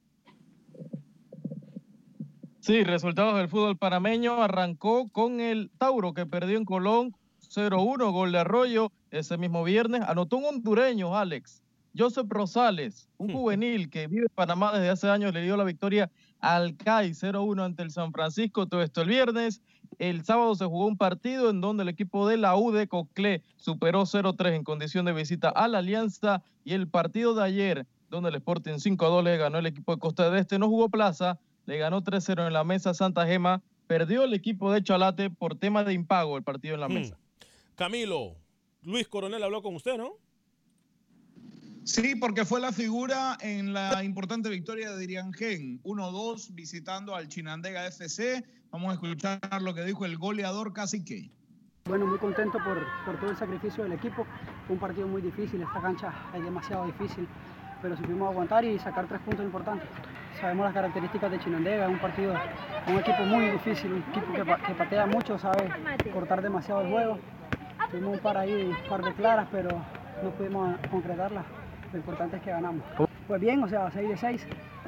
Sí, resultados del fútbol panameño. Arrancó con el Tauro, que perdió en Colón 0-1, gol de Arroyo ese mismo viernes. Anotó un hondureño, Alex, Joseph Rosales, un juvenil que vive en Panamá desde hace años, le dio la victoria al CAI 0-1 ante el San Francisco. Todo esto el viernes. El sábado se jugó un partido en donde el equipo de la U de Coclé superó 0-3 en condición de visita a la Alianza. Y el partido de ayer, donde el Sporting 5-2 le ganó el equipo de Costa del Este, no jugó plaza. Le ganó 3-0 en la mesa Santa Gema. Perdió el equipo de Chalate por tema de impago el partido en la mesa. Camilo, Luis Coronel habló con usted, ¿no? Sí, porque fue la figura en la importante victoria de Diriangén. 1-2 visitando al Chinandega FC. Vamos a escuchar lo que dijo el goleador Cacique. Bueno, muy contento por todo el sacrificio del equipo. Fue un partido muy difícil. Esta cancha es demasiado difícil, pero supimos aguantar y sacar 3 puntos importantes. Sabemos las características de Chinandega, es un equipo muy difícil, un equipo que patea mucho, sabe cortar demasiado el juego. Tuvimos un par de claras, pero no pudimos concretarlas. Lo importante es que ganamos. Pues bien, 6 de 6,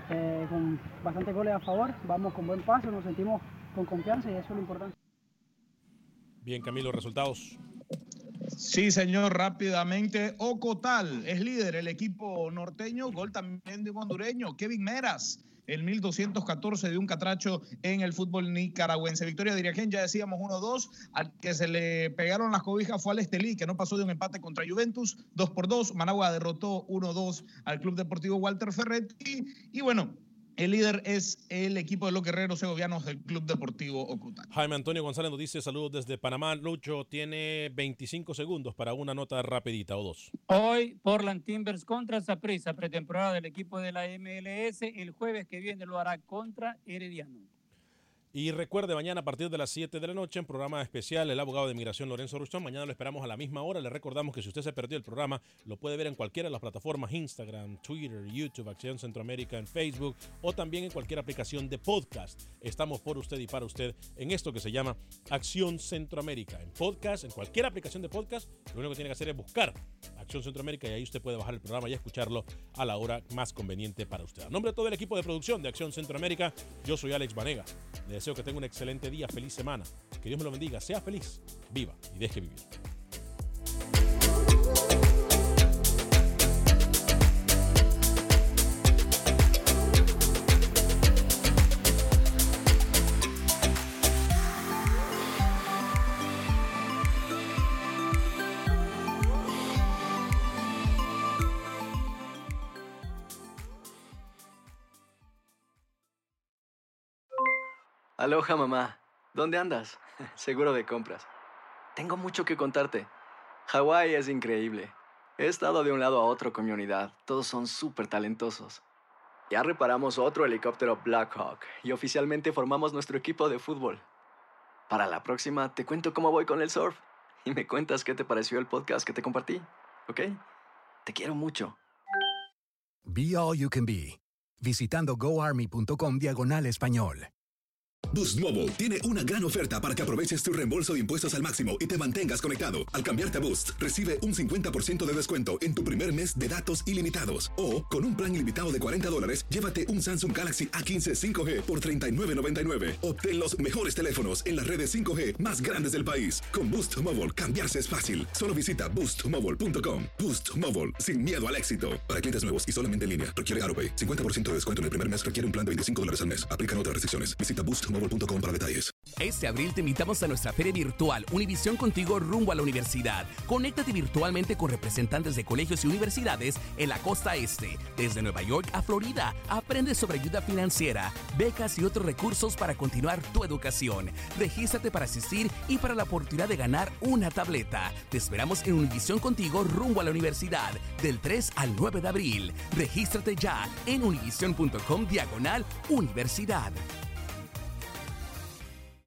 con bastantes goles a favor, vamos con buen paso, nos sentimos con confianza y eso es lo importante. Bien, Camilo, resultados. Sí, señor, rápidamente. Ocotal es líder, el equipo norteño, gol también de un hondureño, Kevin Meras, el 1214 de un catracho en el fútbol nicaragüense. Victoria de Iriagén, ya decíamos 1-2, al que se le pegaron las cobijas fue al Estelí, que no pasó de un empate contra Juventus, 2-2, Managua derrotó 1-2 al Club Deportivo Walter Ferretti, y bueno, el líder es el equipo de los guerreros segovianos del Club Deportivo Ocotal. Jaime Antonio González nos dice saludos desde Panamá. Lucho tiene 25 segundos para una nota rapidita o dos. Hoy Portland Timbers contra Saprissa, pretemporada del equipo de la MLS. El jueves que viene lo hará contra Herediano. Y recuerde, mañana a partir de las 7 de la noche, en programa especial, el abogado de migración Lorenzo Ruchón. Mañana lo esperamos a la misma hora. Le recordamos que si usted se perdió el programa, lo puede ver en cualquiera de las plataformas: Instagram, Twitter, YouTube, Acción Centroamérica, en Facebook, o también en cualquier aplicación de podcast. Estamos por usted y para usted en esto que se llama Acción Centroamérica. En podcast, en cualquier aplicación de podcast, lo único que tiene que hacer es buscar Acción Centroamérica y ahí usted puede bajar el programa y escucharlo a la hora más conveniente para usted. A nombre de todo el equipo de producción de Acción Centroamérica, yo soy Alex Vanega. Le deseo que tenga un excelente día, feliz semana. Que Dios me lo bendiga, sea feliz, viva y deje vivir. Aloha, mamá. ¿Dónde andas? Seguro de compras. Tengo mucho que contarte. Hawái es increíble. He estado de un lado a otro con mi unidad. Todos son súper talentosos. Ya reparamos otro helicóptero Blackhawk y oficialmente formamos nuestro equipo de fútbol. Para la próxima te cuento cómo voy con el surf y me cuentas qué te pareció el podcast que te compartí, ¿ok? Te quiero mucho. Be All You Can Be. Visitando goarmy.com/español. Boost Mobile tiene una gran oferta para que aproveches tu reembolso de impuestos al máximo y te mantengas conectado. Al cambiarte a Boost, recibe un 50% de descuento en tu primer mes de datos ilimitados. O, con un plan ilimitado de $40, llévate un Samsung Galaxy A15 5G por $39.99. Obtén los mejores teléfonos en las redes 5G más grandes del país. Con Boost Mobile, cambiarse es fácil. Solo visita boostmobile.com. Boost Mobile, sin miedo al éxito. Para clientes nuevos y solamente en línea, requiere AutoPay. 50% de descuento en el primer mes, requiere un plan de $25 al mes. Aplican otras restricciones. Visita boostmobile.com para detalles. Este abril te invitamos a nuestra feria virtual Univisión Contigo rumbo a la universidad. Conéctate virtualmente con representantes de colegios y universidades en la costa este, desde Nueva York a Florida. Aprende sobre ayuda financiera, becas y otros recursos para continuar tu educación. Regístrate para asistir y para la oportunidad de ganar una tableta. Te esperamos en Univisión Contigo rumbo a la universidad del 3 al 9 de abril. Regístrate ya en univision.com/universidad.